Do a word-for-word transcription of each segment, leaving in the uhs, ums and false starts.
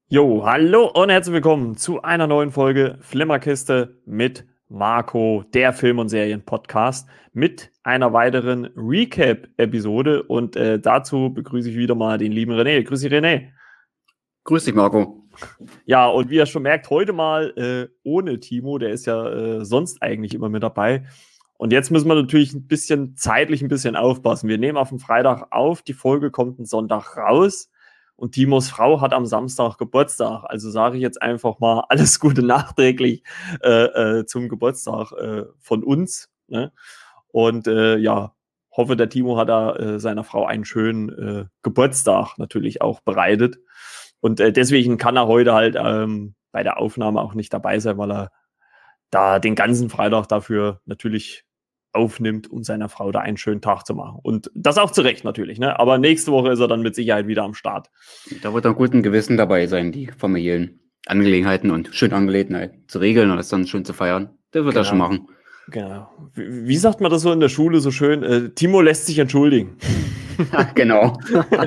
Jo, hallo und herzlich willkommen zu einer neuen Folge Flimmerkiste mit Marco, der Film- und Serien-Podcast, mit einer weiteren Recap-Episode. Und äh, dazu begrüße ich wieder mal den lieben René. Grüß dich, René. Grüß dich, Marco. Ja, und wie ihr schon merkt, heute mal äh, ohne Timo, der ist ja äh, sonst eigentlich immer mit dabei. Und jetzt müssen wir natürlich ein bisschen zeitlich ein bisschen aufpassen. Wir nehmen auf den Freitag auf, die Folge kommt am Sonntag raus. Und Timos Frau hat am Samstag Geburtstag. Also sage ich jetzt einfach mal alles Gute nachträglich äh, äh, zum Geburtstag äh, von uns. Ne? Und äh, ja, hoffe, der Timo hat da äh, seiner Frau einen schönen äh, Geburtstag natürlich auch bereitet. Und äh, deswegen kann er heute halt ähm, bei der Aufnahme auch nicht dabei sein, weil er da den ganzen Freitag dafür natürlich aufnimmt, um seiner Frau da einen schönen Tag zu machen. Und das auch zu Recht natürlich, ne? Aber nächste Woche ist er dann mit Sicherheit wieder am Start. Da wird er guten Gewissen dabei sein, die familiären Angelegenheiten und schöne Angelegenheiten zu regeln und das dann schön zu feiern. Das wird genau. er schon machen. Genau. Wie, wie sagt man das so in der Schule so schön? Äh, Timo lässt sich entschuldigen. Genau.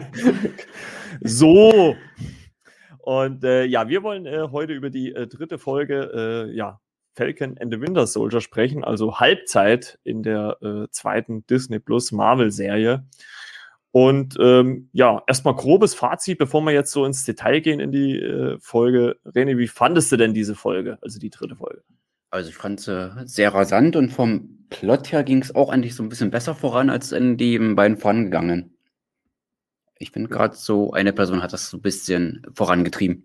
So. Und äh, ja, wir wollen äh, heute über die äh, dritte Folge, äh, ja, Falcon and the Winter Soldier sprechen, also Halbzeit in der äh, zweiten Disney Plus Marvel-Serie. Und ähm, ja, erstmal grobes Fazit, bevor wir jetzt so ins Detail gehen in die äh, Folge. René, wie fandest du denn diese Folge, also die dritte Folge? Also ich fand es äh, sehr rasant und vom Plot her ging es auch eigentlich so ein bisschen besser voran als in die beiden vorangegangenen. Ich bin gerade so, eine Person hat das so ein bisschen vorangetrieben.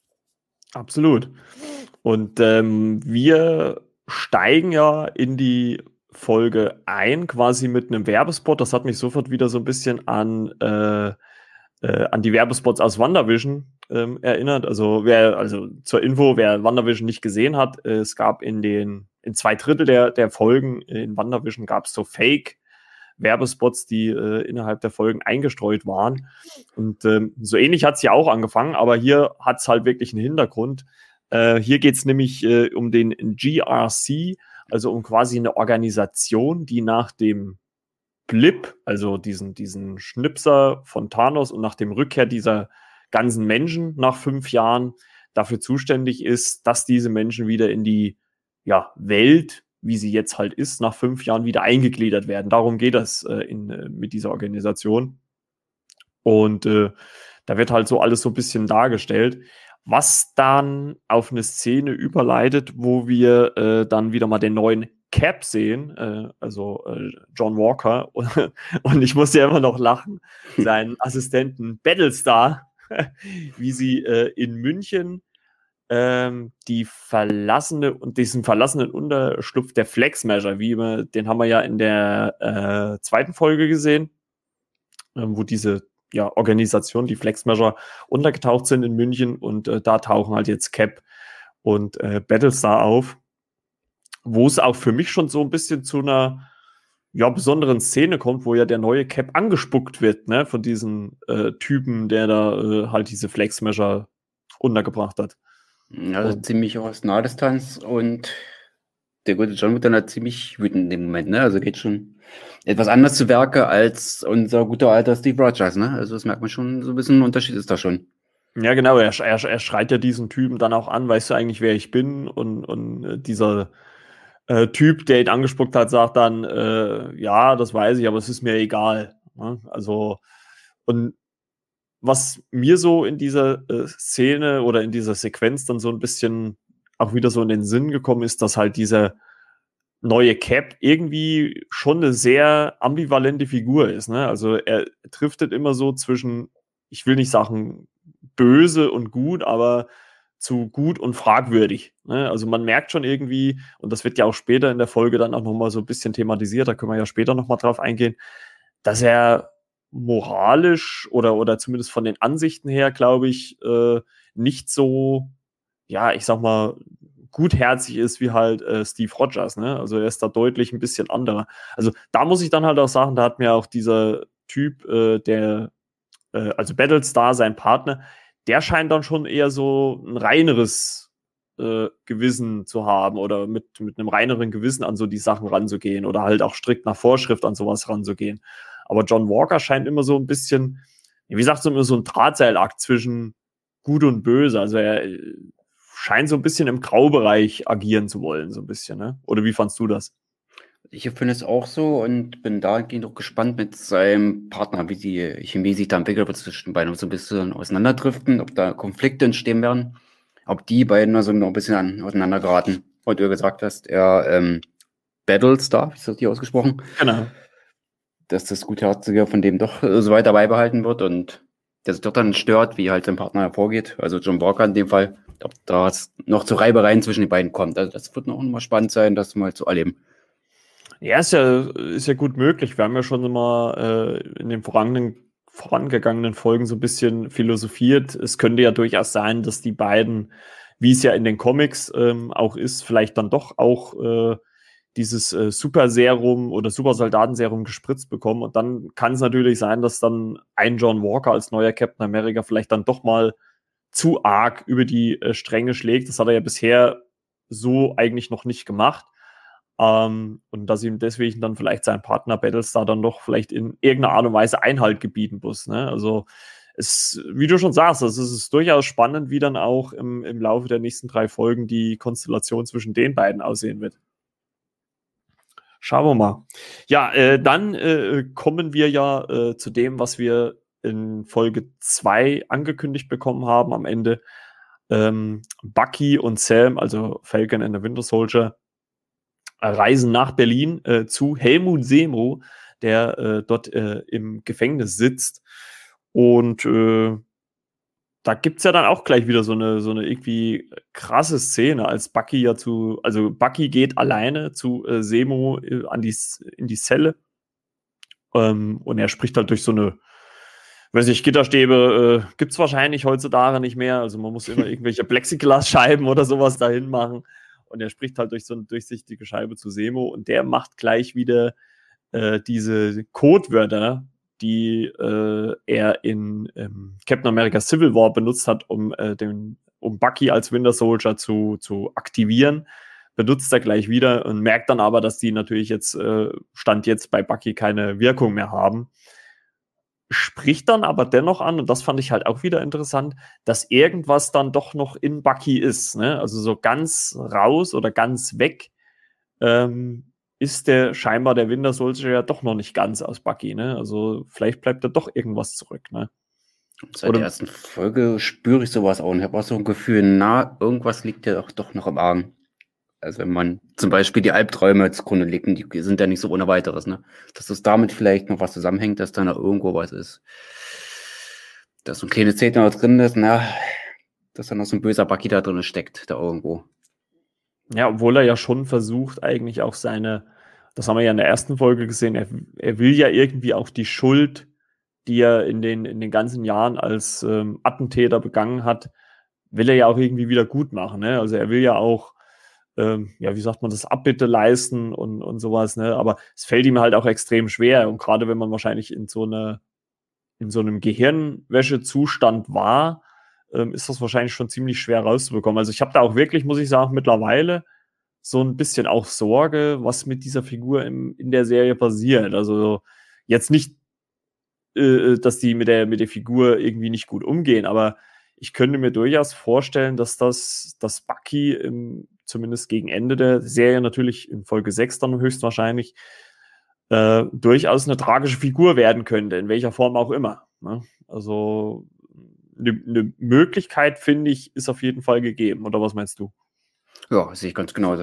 Absolut. Und ähm, wir steigen ja in die Folge ein, quasi mit einem Werbespot. Das hat mich sofort wieder so ein bisschen an, äh, äh, an die Werbespots aus WandaVision ähm, erinnert. Also wer, also zur Info, wer WandaVision nicht gesehen hat, äh, es gab in den, in zwei Drittel der, der Folgen in WandaVision gab es so Fake Werbespots, die äh, innerhalb der Folgen eingestreut waren. Und ähm, so ähnlich hat es ja auch angefangen, aber hier hat es halt wirklich einen Hintergrund. Äh, hier geht es nämlich äh, um den G R C, also um quasi eine Organisation, die nach dem Blip, also diesen, diesen Schnipser von Thanos und nach dem Rückkehr dieser ganzen Menschen nach fünf Jahren dafür zuständig ist, dass diese Menschen wieder in die ja, Welt, wie sie jetzt halt ist, nach fünf Jahren wieder eingegliedert werden. Darum geht das äh, in, äh, mit dieser Organisation. Und äh, da wird halt so alles so ein bisschen dargestellt, was dann auf eine Szene überleitet, wo wir äh, dann wieder mal den neuen Cap sehen, äh, also äh, John Walker. Und ich muss ja immer noch lachen, seinen Assistenten Battlestar, wie sie äh, in München ähm, die verlassene und diesen verlassenen Unterschlupf der Flag Smasher, wie wir, den haben wir ja in der äh, zweiten Folge gesehen, äh, wo diese ja, Organisation, die Flag Smasher, untergetaucht sind in München und äh, da tauchen halt jetzt Cap und äh, Battlestar auf, wo es auch für mich schon so ein bisschen zu einer ja, besonderen Szene kommt, wo ja der neue Cap angespuckt wird, ne, von diesem äh, Typen, der da äh, halt diese Flag Smasher untergebracht hat. Also und ziemlich aus Nahdistanz und der gute John wird dann halt ziemlich wütend in dem Moment, ne? Also geht schon etwas anders zu Werke als unser guter alter Steve Rogers, ne? Also das merkt man schon, so ein bisschen ein Unterschied ist da schon. Ja, genau, er, er, er schreit ja diesen Typen dann auch an, weißt du eigentlich, wer ich bin? Und, und äh, dieser äh, Typ, der ihn angespuckt hat, sagt dann, äh, ja, das weiß ich, aber es ist mir egal. Ne? Also, und was mir so in dieser äh, Szene oder in dieser Sequenz dann so ein bisschen auch wieder so in den Sinn gekommen ist, dass halt dieser neue Cap irgendwie schon eine sehr ambivalente Figur ist. Ne? Also er driftet immer so zwischen, ich will nicht sagen böse und gut, aber zu gut und fragwürdig. Ne? Also man merkt schon irgendwie, und das wird ja auch später in der Folge dann auch nochmal so ein bisschen thematisiert, da können wir ja später nochmal drauf eingehen, dass er moralisch oder, oder zumindest von den Ansichten her, glaube ich, äh, nicht so, ja, ich sag mal, gutherzig ist wie halt äh, Steve Rogers, ne? Also er ist da deutlich ein bisschen anderer. Also da muss ich dann halt auch sagen, da hat mir auch dieser Typ, äh, der, äh, also Battlestar, sein Partner, der scheint dann schon eher so ein reineres äh, Gewissen zu haben oder mit, mit einem reineren Gewissen an so die Sachen ranzugehen oder halt auch strikt nach Vorschrift an sowas ranzugehen. Aber John Walker scheint immer so ein bisschen, wie sagt man, immer so ein Drahtseilakt zwischen Gut und Böse. Also er scheint so ein bisschen im Graubereich agieren zu wollen, so ein bisschen, ne? Oder wie fandst du das? Ich finde es auch so und bin dahingehend auch gespannt mit seinem Partner, wie die Chemie sich da entwickelt, wird zwischen beiden so ein bisschen auseinanderdriften, ob da Konflikte entstehen werden, ob die beiden also noch ein bisschen an, auseinander geraten. Und du gesagt hast, er ähm, Battlestar, ist das hier ausgesprochen? Genau. Dass das Gutherzige von dem doch äh, so weiter beibehalten wird und der sich doch dann stört, wie halt sein Partner hervorgeht, also John Walker in dem Fall, ob da es noch zu Reibereien zwischen den beiden kommt. Also das wird noch mal spannend sein, das mal zu erleben. Ja, ist ja, ist ja gut möglich. Wir haben ja schon immer äh, in den vorangegangenen, vorangegangenen Folgen so ein bisschen philosophiert. Es könnte ja durchaus sein, dass die beiden, wie es ja in den Comics ähm, auch ist, vielleicht dann doch auch äh, dieses äh, Super-Serum oder Super-Soldaten-Serum gespritzt bekommen. Und dann kann es natürlich sein, dass dann ein John Walker als neuer Captain America vielleicht dann doch mal zu arg über die äh, Stränge schlägt. Das hat er ja bisher so eigentlich noch nicht gemacht. Ähm, und dass ihm deswegen dann vielleicht sein Partner Battlestar dann doch vielleicht in irgendeiner Art und Weise Einhalt gebieten muss. Ne? Also es, wie du schon sagst, also es ist durchaus spannend, wie dann auch im, im Laufe der nächsten drei Folgen die Konstellation zwischen den beiden aussehen wird. Schauen wir mal. Ja, äh, dann äh, kommen wir ja äh, zu dem, was wir in Folge zwei angekündigt bekommen haben am Ende. Ähm, Bucky und Sam, also Falcon and the Winter Soldier, reisen nach Berlin äh, zu Helmut Zemo, der äh, dort äh, im Gefängnis sitzt. Und äh, da gibt es ja dann auch gleich wieder so eine, so eine irgendwie krasse Szene, als Bucky ja zu, also Bucky geht alleine zu äh, Zemo äh, an die, in die Zelle. Ähm, und er spricht halt durch so eine, weiß nicht, Gitterstäbe äh, gibt es wahrscheinlich heutzutage nicht mehr. Also man muss immer irgendwelche Plexiglasscheiben oder sowas dahin machen. Und er spricht halt durch so eine durchsichtige Scheibe zu Zemo und der macht gleich wieder äh, diese Codewörter, die äh, er in ähm, Captain America Civil War benutzt hat, um, äh, den, um Bucky als Winter Soldier zu, zu aktivieren, benutzt er gleich wieder und merkt dann aber, dass die natürlich jetzt, äh, Stand jetzt bei Bucky keine Wirkung mehr haben. Spricht dann aber dennoch an, und das fand ich halt auch wieder interessant, dass irgendwas dann doch noch in Bucky ist. Ne? Also so ganz raus oder ganz weg ähm, ist der scheinbar der Winter Soldier ja doch noch nicht ganz aus Bucky. Ne? Also vielleicht bleibt da doch irgendwas zurück. Ne? Seit Oder, der ersten Folge spüre ich sowas auch und habe auch so ein Gefühl, na, irgendwas liegt ja doch, doch noch im Argen. Also wenn man zum Beispiel die Albträume zugrunde legt, die sind ja nicht so ohne weiteres, ne? Dass das damit vielleicht noch was zusammenhängt, dass da noch irgendwo was ist. Dass so ein kleines Zettel noch drin ist, na, dass da noch so ein böser Bucky da drin steckt, da irgendwo. ja, obwohl er ja schon versucht, eigentlich auch seine, das haben wir ja in der ersten Folge gesehen, er, er will ja irgendwie auch die Schuld, die er in den, in den ganzen Jahren als ähm, Attentäter begangen hat, will er ja auch irgendwie wieder gut machen. Ne? Also er will ja auch Ähm, ja, wie sagt man das, Abbitte leisten und, und sowas, ne? Aber es fällt ihm halt auch extrem schwer. Und gerade wenn man wahrscheinlich in so eine, in so einem Gehirnwäschezustand war, ähm, ist das wahrscheinlich schon ziemlich schwer rauszubekommen. Also ich habe da auch wirklich, muss ich sagen, mittlerweile so ein bisschen auch Sorge, was mit dieser Figur im, in der Serie passiert. Also jetzt nicht, äh, dass die mit der, mit der Figur irgendwie nicht gut umgehen, aber ich könnte mir durchaus vorstellen, dass das, dass Bucky im, zumindest gegen Ende der Serie, natürlich in Folge sechs dann höchstwahrscheinlich, äh, durchaus eine tragische Figur werden könnte, in welcher Form auch immer. Ne? Also eine ne Möglichkeit, finde ich, ist auf jeden Fall gegeben. Oder was meinst du? Ja, sehe ich ganz genauso.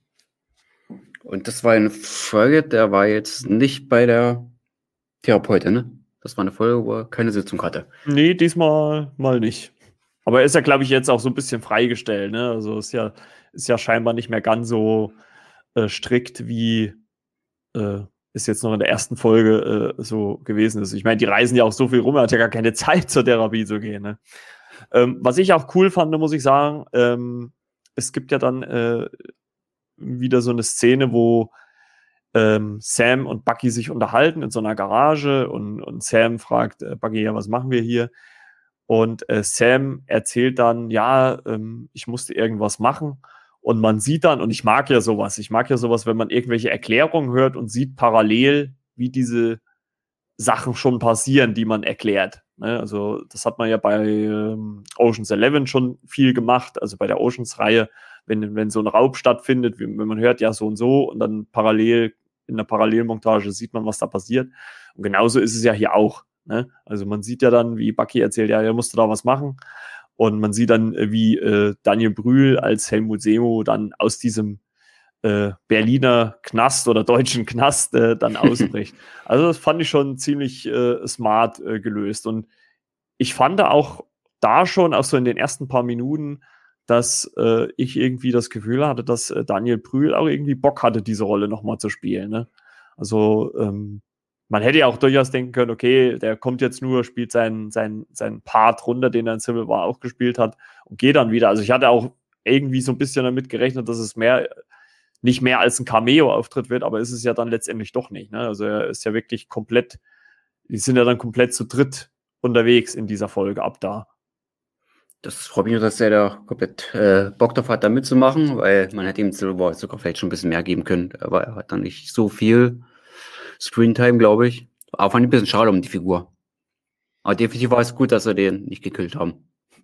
Und das war eine Folge, der war jetzt nicht bei der Therapeutin, ne? Das war eine Folge, wo er keine Sitzung hatte. Nee, diesmal mal nicht. Aber er ist ja, glaube ich, jetzt auch so ein bisschen freigestellt. Ne? Also ist ja, ist ja scheinbar nicht mehr ganz so äh, strikt, wie äh, es jetzt noch in der ersten Folge äh, so gewesen ist. Ich meine, die reisen ja auch so viel rum, er hat ja gar keine Zeit zur Therapie zu gehen. Ne? Ähm, was ich auch cool fand, muss ich sagen, ähm, es gibt ja dann äh, wieder so eine Szene, wo ähm, Sam und Bucky sich unterhalten in so einer Garage und, und Sam fragt äh, Bucky, ja, was machen wir hier? Und äh, Sam erzählt dann, ja, ähm, ich musste irgendwas machen. Und man sieht dann, und ich mag ja sowas, ich mag ja sowas, wenn man irgendwelche Erklärungen hört und sieht parallel, wie diese Sachen schon passieren, die man erklärt. Ne? Also das hat man ja bei ähm, Ocean's Eleven schon viel gemacht, also bei der Oceans-Reihe, wenn, wenn so ein Raub stattfindet, wenn man hört ja so und so und dann parallel in der Parallelmontage sieht man, was da passiert. Und genauso ist es ja hier auch. Ne? Also man sieht ja dann, wie Bucky erzählt, ja, er musste da was machen. Und man sieht dann, wie äh, Daniel Brühl als Helmut Semo dann aus diesem äh, Berliner Knast oder deutschen Knast äh, dann ausbricht. Also das fand ich schon ziemlich äh, smart äh, gelöst. Und ich fand auch da schon, auch so in den ersten paar Minuten, dass äh, ich irgendwie das Gefühl hatte, dass äh, Daniel Brühl auch irgendwie Bock hatte, diese Rolle nochmal zu spielen. Ne? Also ähm, man hätte ja auch durchaus denken können, okay, der kommt jetzt nur, spielt seinen, seinen, seinen Part runter, den er in Civil War auch gespielt hat und geht dann wieder. Also ich hatte auch irgendwie so ein bisschen damit gerechnet, dass es mehr, nicht mehr als ein Cameo-Auftritt wird, aber ist es ja dann letztendlich doch nicht. Ne? Also er ist ja wirklich komplett, die sind ja dann komplett zu dritt unterwegs in dieser Folge ab da. Das freut mich, dass er da komplett äh, Bock drauf hat, da mitzumachen, weil man hätte ihm Civil War sogar vielleicht schon ein bisschen mehr geben können, aber er hat dann nicht so viel Screentime, glaube ich. Aber fand ich ein bisschen schade um die Figur. Aber definitiv war es gut, dass sie den nicht gekillt haben.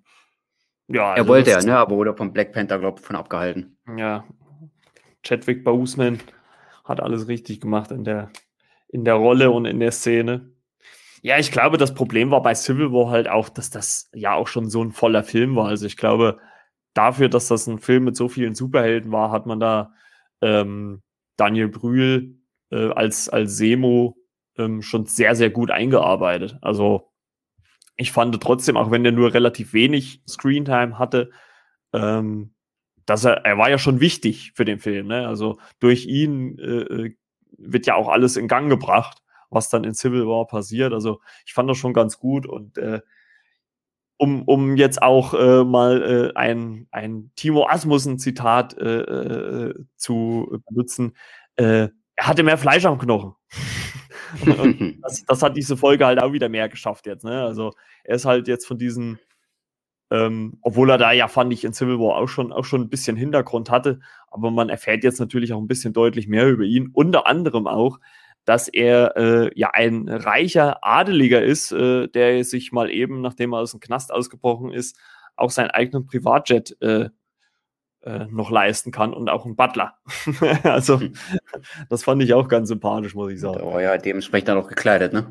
Ja, er also wollte ja, das- ne? Aber wurde vom Black Panther, glaube ich, von abgehalten. Ja, Chadwick Boseman hat alles richtig gemacht in der, in der Rolle und in der Szene. Ja, ich glaube, das Problem war bei Civil War halt auch, dass das ja auch schon so ein voller Film war. Also ich glaube, dafür, dass das ein Film mit so vielen Superhelden war, hat man da ähm, Daniel Brühl äh, als, als Semo ähm, schon sehr, sehr gut eingearbeitet. Also ich fand trotzdem, auch wenn der nur relativ wenig Screentime hatte, ähm, dass er, er war ja schon wichtig für den Film. Ne? Also durch ihn äh, wird ja auch alles in Gang gebracht, was dann in Civil War passiert. Also ich fand das schon ganz gut und äh, um, um jetzt auch äh, mal äh, ein, ein Timo Asmussen-Zitat äh, äh, zu benutzen, äh, er hatte mehr Fleisch am Knochen. Und das, das hat diese Folge halt auch wieder mehr geschafft jetzt. Ne? Also er ist halt jetzt von diesen Ähm, obwohl er da ja, fand ich, in Civil War auch schon, auch schon ein bisschen Hintergrund hatte. Aber man erfährt jetzt natürlich auch ein bisschen deutlich mehr über ihn. Unter anderem auch, dass er äh, ja ein reicher Adeliger ist, äh, der sich mal eben, nachdem er aus dem Knast ausgebrochen ist, auch seinen eigenen Privatjet äh, äh, noch leisten kann und auch einen Butler. Also, das fand ich auch ganz sympathisch, muss ich sagen. Da war ja dementsprechend dann auch gekleidet, ne?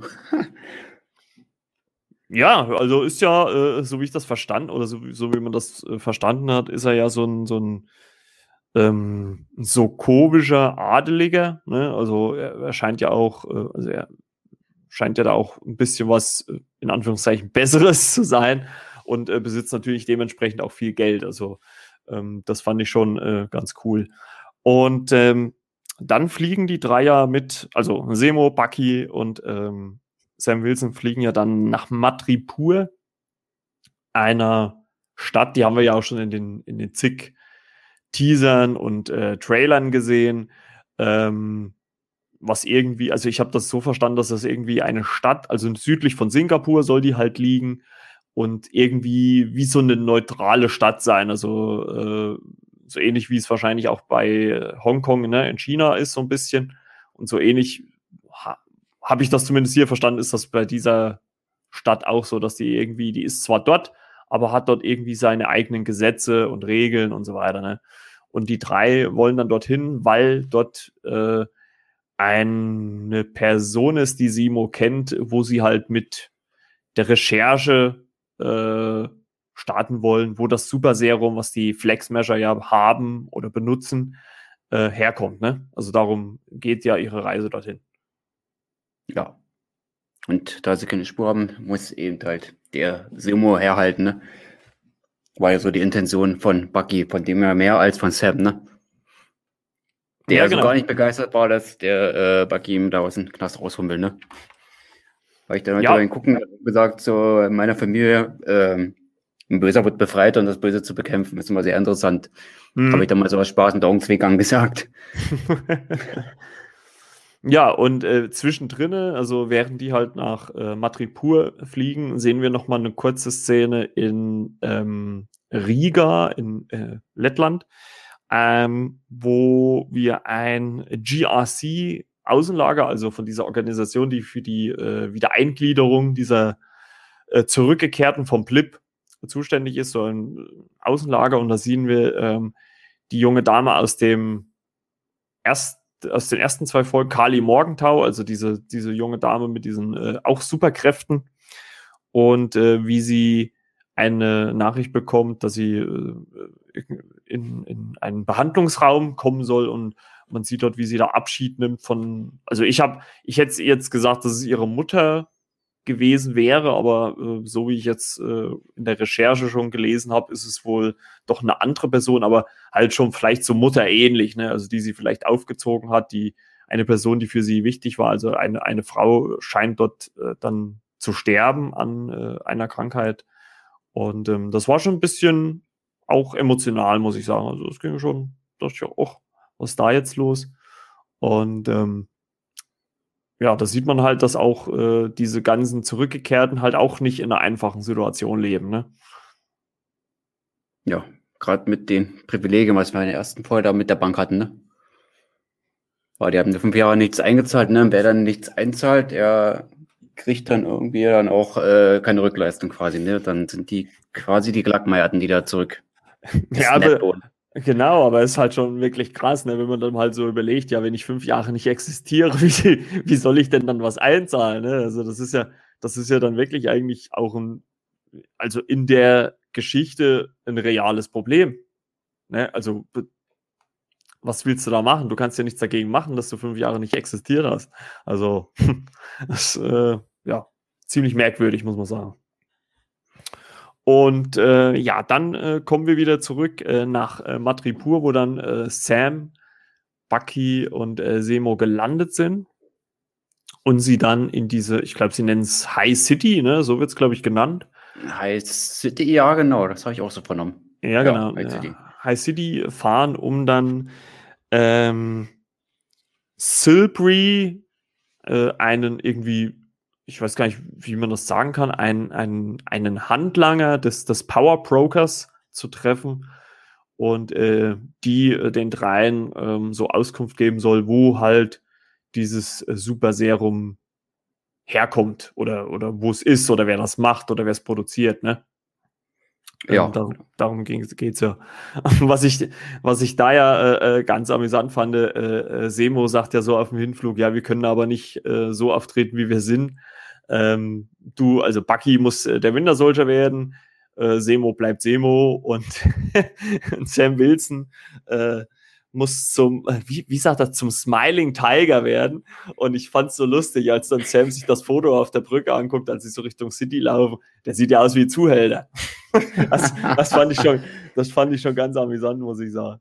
Ja, also ist ja, äh, so wie ich das verstanden, oder so, so wie man das äh, verstanden hat, ist er ja so ein, so ein ähm, sokowischer Adeliger. Ne? Also er, er scheint ja auch, äh, also er scheint ja da auch ein bisschen was, äh, in Anführungszeichen, Besseres zu sein und äh, besitzt natürlich dementsprechend auch viel Geld. Also ähm, das fand ich schon äh, ganz cool. Und ähm, dann fliegen die Dreier mit, also Semo, Bucky und ähm, Sam Wilson fliegen ja dann nach Madripoor, einer Stadt, die haben wir ja auch schon in den, in den zig Teasern und äh, Trailern gesehen, ähm, was irgendwie, also ich habe das so verstanden, dass das irgendwie eine Stadt, also südlich von Singapur soll die halt liegen und irgendwie wie so eine neutrale Stadt sein, also äh, so ähnlich wie es wahrscheinlich auch bei Hongkong, ne, in China ist so ein bisschen und so ähnlich ha, habe ich das zumindest hier verstanden, ist das bei dieser Stadt auch so, dass die irgendwie, die ist zwar dort, aber hat dort irgendwie seine eigenen Gesetze und Regeln und so weiter, ne? Und die drei wollen dann dorthin, weil dort äh, eine Person ist, die Simo kennt, wo sie halt mit der Recherche äh, starten wollen, wo das Super Serum, was die Flexmeasure ja haben oder benutzen, äh, herkommt. Ne? Also darum geht ja ihre Reise dorthin. Ja. Und da sie keine Spur haben, muss eben halt der Simo herhalten, ne? War ja so die Intention von Bucky, von dem er mehr als von Sam, ne? Der Ja, also genau. gar nicht begeistert war, dass der äh, Bucky ihm da aus dem Knast rausholen will, ne? Weil ich dann heute Ja. beim Gucken gesagt, so in meiner Familie, ähm, ein Böser wird befreit und das Böse zu bekämpfen, ist immer sehr interessant. Hm. Habe ich dann mal so aus Spaß und Augenzwick angesagt. Ja, und äh, zwischendrin, also während die halt nach äh, Madripoor fliegen, sehen wir noch mal eine kurze Szene in ähm, Riga in äh, Lettland, ähm, wo wir ein G R C-Außenlager, also von dieser Organisation, die für die äh, Wiedereingliederung dieser äh, Zurückgekehrten vom Blip zuständig ist, so ein Außenlager. Und da sehen wir ähm, die junge Dame aus dem erst, aus den ersten zwei Folgen, Kali Morgenthau, also diese, diese junge Dame mit diesen äh, auch Superkräften. Und äh, wie sie eine Nachricht bekommt, dass sie äh, in, in einen Behandlungsraum kommen soll, und man sieht dort, wie sie da Abschied nimmt von, also ich habe, ich hätte jetzt gesagt, dass es ihre Mutter gewesen wäre, aber äh, so wie ich jetzt äh, in der Recherche schon gelesen habe, ist es wohl doch eine andere Person, aber halt schon vielleicht so mutterähnlich, ne? Also die sie vielleicht aufgezogen hat, die eine Person, die für sie wichtig war, also eine, eine Frau scheint dort äh, dann zu sterben an äh, einer Krankheit. Und ähm, das war schon ein bisschen auch emotional, muss ich sagen. Also es ging schon, dachte ich auch, was ist da jetzt los? Und ähm, ja, da sieht man halt, dass auch äh, diese ganzen Zurückgekehrten halt auch nicht in einer einfachen Situation leben, ne? Ja, gerade mit den Privilegien, was wir in der ersten Folge da mit der Bank hatten, ne? Weil die haben fünf Jahre nichts eingezahlt, ne? Und wer dann nichts einzahlt, er kriegt dann irgendwie dann auch äh, keine Rückleistung quasi, ne? Dann sind die quasi die Gelackmeierten, die da zurück. Ja, aber, genau, aber es ist halt schon wirklich krass, ne? Wenn man dann halt so überlegt, ja, wenn ich fünf Jahre nicht existiere, wie, wie soll ich denn dann was einzahlen, ne? Also das ist ja, das ist ja dann wirklich eigentlich auch ein, also in der Geschichte ein reales Problem, ne? Also was willst du da machen? Du kannst ja nichts dagegen machen, dass du fünf Jahre nicht existiert hast. Also, das ist äh, ja ziemlich merkwürdig, muss man sagen. Und äh, ja, dann äh, kommen wir wieder zurück äh, nach äh, Madripoor, wo dann äh, Sam, Bucky und äh, Zemo gelandet sind. Und sie dann in diese, ich glaube, sie nennen es High City, ne? So wird es, glaube ich, genannt. High City, ja, genau, das habe ich auch so vernommen. Ja, genau. Ja, High City. Ja, High City fahren, um dann ähm, Silbury, äh, einen irgendwie, ich weiß gar nicht, wie man das sagen kann, einen, einen, einen Handlanger des, des Power Brokers zu treffen und äh, die äh, den dreien ähm, so Auskunft geben soll, wo halt dieses äh, Super Serum herkommt oder, oder wo es ist oder wer das macht oder wer es produziert, ne? Ja. Ähm, darum darum geht es ja. Was ich, was ich da ja äh, ganz amüsant fand, äh, äh, Zemo sagt ja so auf dem Hinflug, ja, wir können aber nicht äh, so auftreten, wie wir sind. Ähm, du, also Bucky muss äh, der Winter Soldier werden, äh, Zemo bleibt Zemo und, und Sam Wilson äh, muss zum, äh, wie, wie sagt er, zum Smiling Tiger werden. Und ich fand es so lustig, als dann Sam sich das Foto auf der Brücke anguckt, als sie so Richtung City laufen. Der sieht ja aus wie ein Zuhälter. Das, das, fand ich schon, das fand ich schon ganz amüsant, muss ich sagen.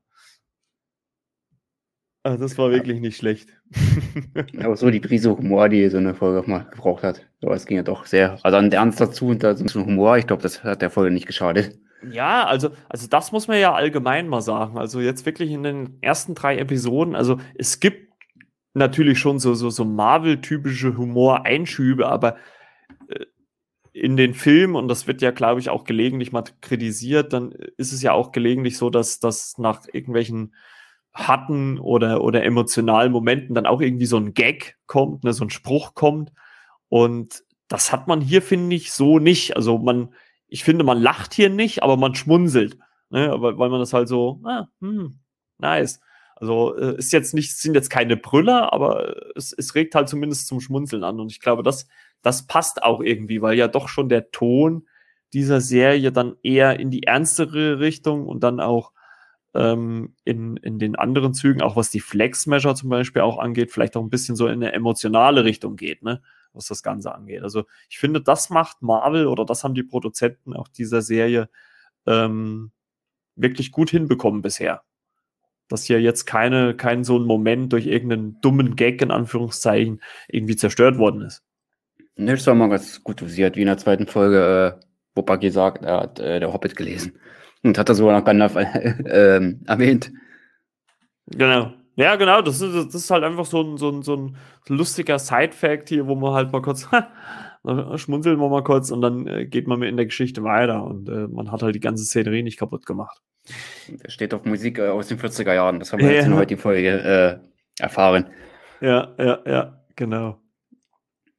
Also das war wirklich nicht schlecht. Aber so die Prise Humor, die so eine Folge auch mal gebraucht hat. Aber es ging ja doch sehr, also an Ernst dazu und da so ein Humor, ich glaube, das hat der Folge nicht geschadet. Ja, also, also das muss man ja allgemein mal sagen. Also jetzt wirklich in den ersten drei Episoden, also es gibt natürlich schon so, so, so Marvel-typische Humoreinschübe, aber äh, in den Filmen, und das wird ja, glaube ich, auch gelegentlich mal kritisiert, dann ist es ja auch gelegentlich so, dass das nach irgendwelchen harten oder, oder emotionalen Momenten dann auch irgendwie so ein Gag kommt, ne, so ein Spruch kommt. Und das hat man hier, finde ich, so nicht. Also man, ich finde, man lacht hier nicht, aber man schmunzelt, ne, weil, weil man das halt so, ah, hm, nice. Also äh, ist jetzt nicht, sind jetzt keine Brüller, aber es, es regt halt zumindest zum Schmunzeln an. Und ich glaube, das, das passt auch irgendwie, weil ja doch schon der Ton dieser Serie dann eher in die ernstere Richtung und dann auch ähm, in, in den anderen Zügen, auch was die Flex-Measure zum Beispiel auch angeht, vielleicht auch ein bisschen so in eine emotionale Richtung geht, ne, was das Ganze angeht. Also ich finde, das macht Marvel oder das haben die Produzenten auch dieser Serie ähm, wirklich gut hinbekommen bisher. Dass hier jetzt keine, kein so ein Moment durch irgendeinen dummen Gag in Anführungszeichen irgendwie zerstört worden ist. Ne, das war mal ganz gut dosiert, wie in der zweiten Folge, äh, wo Bucky sagt, er hat äh, der Hobbit gelesen. Und hat er sogar noch Gandalf äh, äh, erwähnt. Genau. Ja, genau, das ist, das ist halt einfach so ein, so ein, so ein lustiger Side-Fact hier, wo man halt mal kurz, schmunzeln wir mal kurz und dann äh, geht man mit in der Geschichte weiter und äh, man hat halt die ganze Szenerie nicht kaputt gemacht. Der steht auf Musik äh, aus den vierziger Jahren, das haben wir ja. jetzt in Ja. der heutigen Folge äh, erfahren. Ja, ja, ja, genau.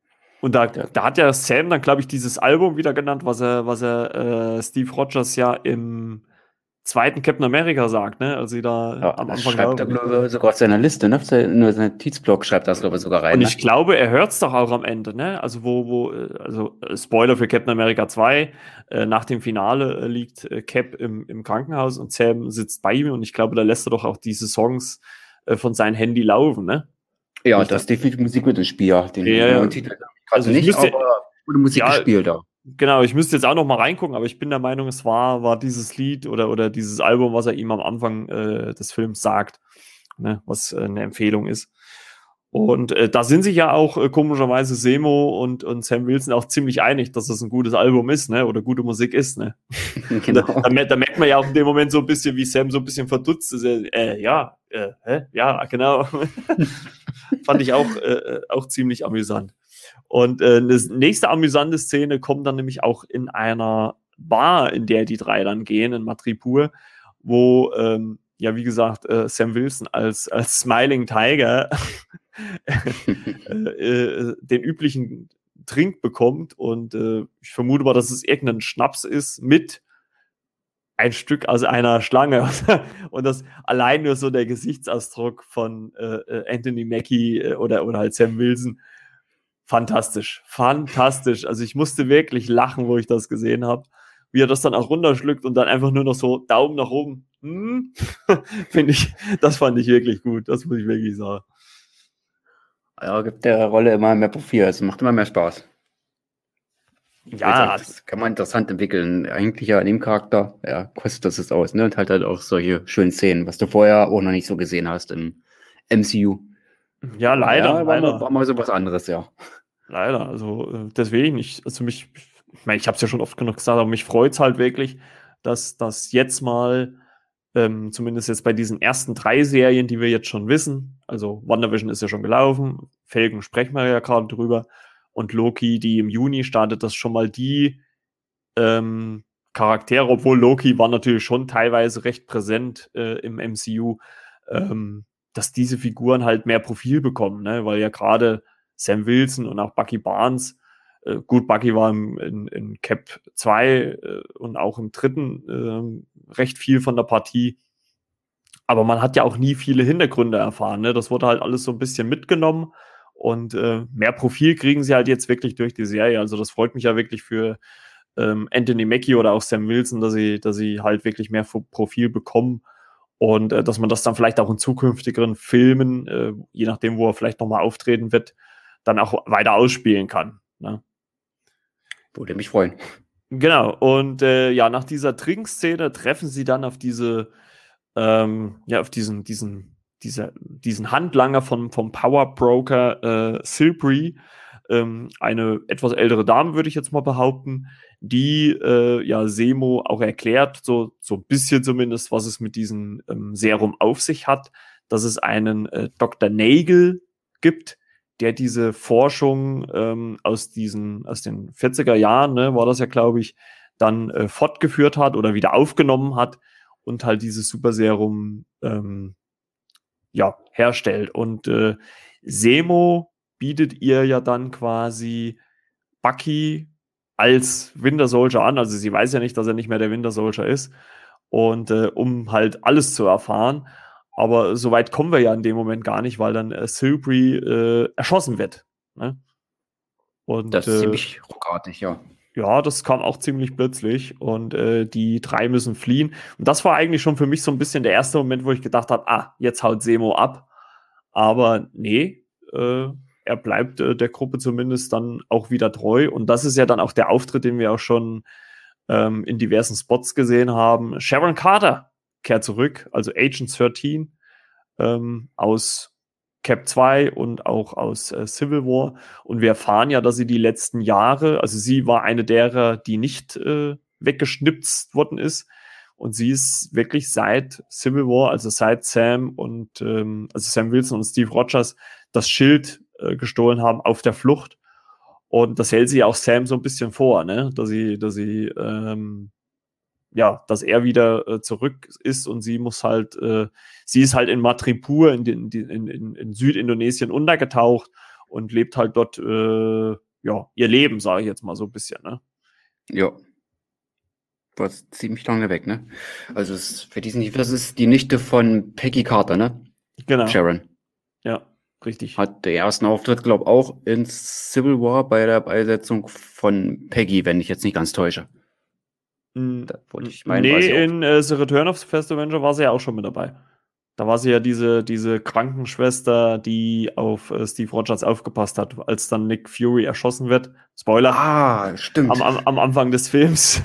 Und da, Ja. da hat ja Sam dann, glaube ich, dieses Album wieder genannt, was er, was er äh, Steve Rogers ja im zweiten Captain America sagt, ne? Als sie da Ja, am das Anfang schreibt er, laufen. glaube ich, sogar auf seiner Liste, ne? Auf sein- Nur seinen Notizblock schreibt das, glaube ich, sogar rein, Und ne? ich glaube, er hört es doch auch am Ende, ne? Also, wo, wo, äh, also äh, Spoiler für Captain America zwei, äh, nach dem Finale äh, liegt äh, Cap im, im Krankenhaus und Sam sitzt bei ihm und ich glaube, da lässt er doch auch diese Songs äh, von seinem Handy laufen, ne? Ja, Ich das ist da, definitiv Musik mit dem Spiel, ja. Den ja, genauen ja. Titel hab ich Also gerade ich nicht, müsste, aber gute Musik ja, gespielt, ja. genau, ich müsste jetzt auch noch mal reingucken, aber ich bin der Meinung, es war, war dieses Lied oder, oder dieses Album, was er ihm am Anfang äh, des Films sagt, ne? Was äh, eine Empfehlung ist. Und äh, da sind sich ja auch äh, komischerweise Semo und, und Sam Wilson auch ziemlich einig, dass das ein gutes Album ist, ne? Oder gute Musik ist, ne? Und da, Genau. da, mer- da merkt man ja auch in dem Moment so ein bisschen, wie Sam so ein bisschen verdutzt ist. Äh, äh, ja, äh, hä? Ja, genau. Fand ich auch, äh, auch ziemlich amüsant. Und äh, eine nächste amüsante Szene kommt dann nämlich auch in einer Bar, in der die drei dann gehen, in Madripoor, wo, ähm, ja, wie gesagt, äh, Sam Wilson als, als Smiling Tiger äh, äh, den üblichen Trink bekommt. Und äh, ich vermute mal, dass es irgendein Schnaps ist mit ein Stück aus einer Schlange. Und das allein nur so der Gesichtsausdruck von äh, Anthony Mackie äh, oder, oder halt Sam Wilson. Fantastisch, fantastisch. Also ich musste wirklich lachen, wo ich das gesehen habe. Wie er das dann auch runterschluckt und dann einfach nur noch so Daumen nach oben. Hm? Finde ich, das fand ich wirklich gut. Das muss ich wirklich sagen. Ja, gibt der Rolle immer mehr Profil, also macht immer mehr Spaß. Wie Ja, gesagt, das kann man interessant entwickeln. Eigentlich ja Nebencharakter, ja, kostet das es aus, ne? Und halt halt auch solche schönen Szenen, was du vorher auch noch nicht so gesehen hast im M C U. ja, leider, Ja, war mal, leider. war mal so was anderes, ja. Leider, also äh, deswegen nicht. Also mich, ich meine, ich habe es ja schon oft genug gesagt, aber mich freut es halt wirklich, dass das jetzt mal, ähm, zumindest jetzt bei diesen ersten drei Serien, die wir jetzt schon wissen, also WandaVision ist ja schon gelaufen, Falcon sprechen wir ja gerade drüber und Loki, die im Juni startet, das schon mal die ähm, Charaktere, obwohl Loki war natürlich schon teilweise recht präsent äh, im M C U, ähm, dass diese Figuren halt mehr Profil bekommen, ne? Weil ja gerade Sam Wilson und auch Bucky Barnes, äh, gut, Bucky war im, in, in Cap zwei äh, und auch im dritten äh, recht viel von der Partie, aber man hat ja auch nie viele Hintergründe erfahren, ne? Das wurde halt alles so ein bisschen mitgenommen und äh, mehr Profil kriegen sie halt jetzt wirklich durch die Serie, also das freut mich ja wirklich für ähm, Anthony Mackie oder auch Sam Wilson, dass sie, dass sie halt wirklich mehr Profil bekommen und äh, dass man das dann vielleicht auch in zukünftigeren Filmen, äh, je nachdem, wo er vielleicht nochmal auftreten wird, dann auch weiter ausspielen kann. Ne? Würde mich freuen. Genau, und äh, ja, nach dieser Trinkszene treffen sie dann auf diese, ähm, ja, auf diesen, diesen, dieser, diesen Handlanger von, vom Power Broker äh, Silbury, ähm, eine etwas ältere Dame, würde ich jetzt mal behaupten, die äh, ja Semo auch erklärt, so, so ein bisschen zumindest, was es mit diesem ähm, Serum auf sich hat, dass es einen äh, Doktor Nagel gibt, der diese Forschung ähm, aus diesen, aus den vierziger Jahren, ne, war das ja, glaube ich, dann äh, fortgeführt hat oder wieder aufgenommen hat und halt dieses Superserum ähm, ja, herstellt. Und äh, Semo bietet ihr ja dann quasi Bucky als Winter Soldier an. Also sie weiß ja nicht, dass er nicht mehr der Winter Soldier ist. Und äh, um halt alles zu erfahren. Aber so weit kommen wir ja in dem Moment gar nicht, weil dann äh, Silbury äh, erschossen wird. Ne? Und Das ist äh, ziemlich ruckartig, ja. ja, das kam auch ziemlich plötzlich und äh, die drei müssen fliehen. Und das war eigentlich schon für mich so ein bisschen der erste Moment, wo ich gedacht habe, ah, jetzt haut Semo ab. Aber nee, äh, er bleibt äh, der Gruppe zumindest dann auch wieder treu. Und das ist ja dann auch der Auftritt, den wir auch schon ähm, in diversen Spots gesehen haben. Sharon Carter kehrt zurück, also Agent dreizehn ähm, aus Cap zwei und auch aus äh, Civil War. Und wir erfahren ja, dass sie die letzten Jahre, also sie war eine derer, die nicht äh, weggeschnipst worden ist. Und sie ist wirklich seit Civil War, also seit Sam und ähm, also Sam Wilson und Steve Rogers das Schild äh, gestohlen haben, auf der Flucht. Und das hält sie auch Sam so ein bisschen vor, ne? Dass sie, dass sie, ähm, ja, dass er wieder äh, zurück ist und sie muss halt, äh, sie ist halt in Madripoor in, in, in, in, in Südindonesien untergetaucht und lebt halt dort, äh, ja, ihr Leben, sage ich jetzt mal so ein bisschen, ne? Ja. War ziemlich lange weg, ne? Also es, für diesen das ist die Nichte von Peggy Carter, ne? Genau. Sharon. Ja, richtig. Hat den ersten Auftritt, glaube ich, auch in Civil War bei der Beisetzung von Peggy, wenn ich jetzt nicht ganz täusche. Mm, Da wollte ich meinen, war nee, sie auch. in äh, The Return of the First Avenger war sie ja auch schon mit dabei. Da war sie ja diese, diese Krankenschwester, die auf äh, Steve Rogers aufgepasst hat, als dann Nick Fury erschossen wird. Spoiler. Ah, stimmt. Am, am, am Anfang des Films.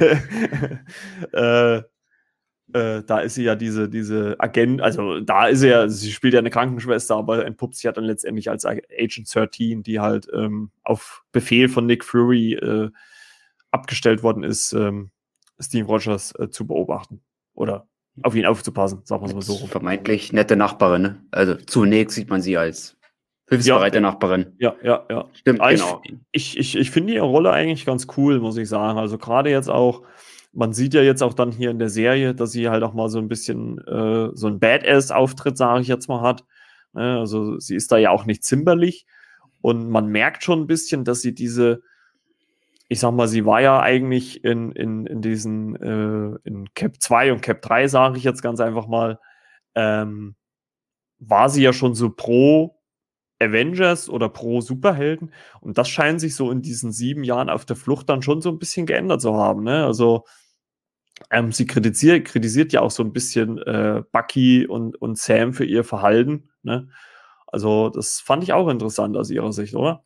äh, äh, da ist sie ja diese, diese Agent, also da ist sie ja, sie spielt ja eine Krankenschwester, aber entpuppt sich ja dann letztendlich als Agent dreizehn, die halt ähm, auf Befehl von Nick Fury äh, abgestellt worden ist, ähm, Steve Rogers äh, zu beobachten. Oder auf ihn aufzupassen, sagen wir es mal so rum. Vermeintlich nette Nachbarin, ne? Also zunächst sieht man sie als hilfsbereite Ja, Nachbarin. Ja, ja, ja. Stimmt, Aber genau. Ich, ich, ich, ich finde ihre Rolle eigentlich ganz cool, muss ich sagen. Also gerade jetzt auch, man sieht ja jetzt auch dann hier in der Serie, dass sie halt auch mal so ein bisschen äh, so ein Badass-Auftritt, sage ich jetzt mal, hat. Ne, also sie ist da ja auch nicht zimperlich. Und man merkt schon ein bisschen, dass sie diese, ich sag mal, sie war ja eigentlich in, in, in diesen, äh, in Cap zwei und Cap drei, sage ich jetzt ganz einfach mal, ähm, war sie ja schon so pro Avengers oder pro Superhelden. Und das scheint sich so in diesen sieben Jahren auf der Flucht dann schon so ein bisschen geändert zu haben. Ne? Also ähm, sie kritisiert, kritisiert ja auch so ein bisschen äh, Bucky und, und Sam für ihr Verhalten. Ne? Also das fand ich auch interessant aus ihrer Sicht, oder?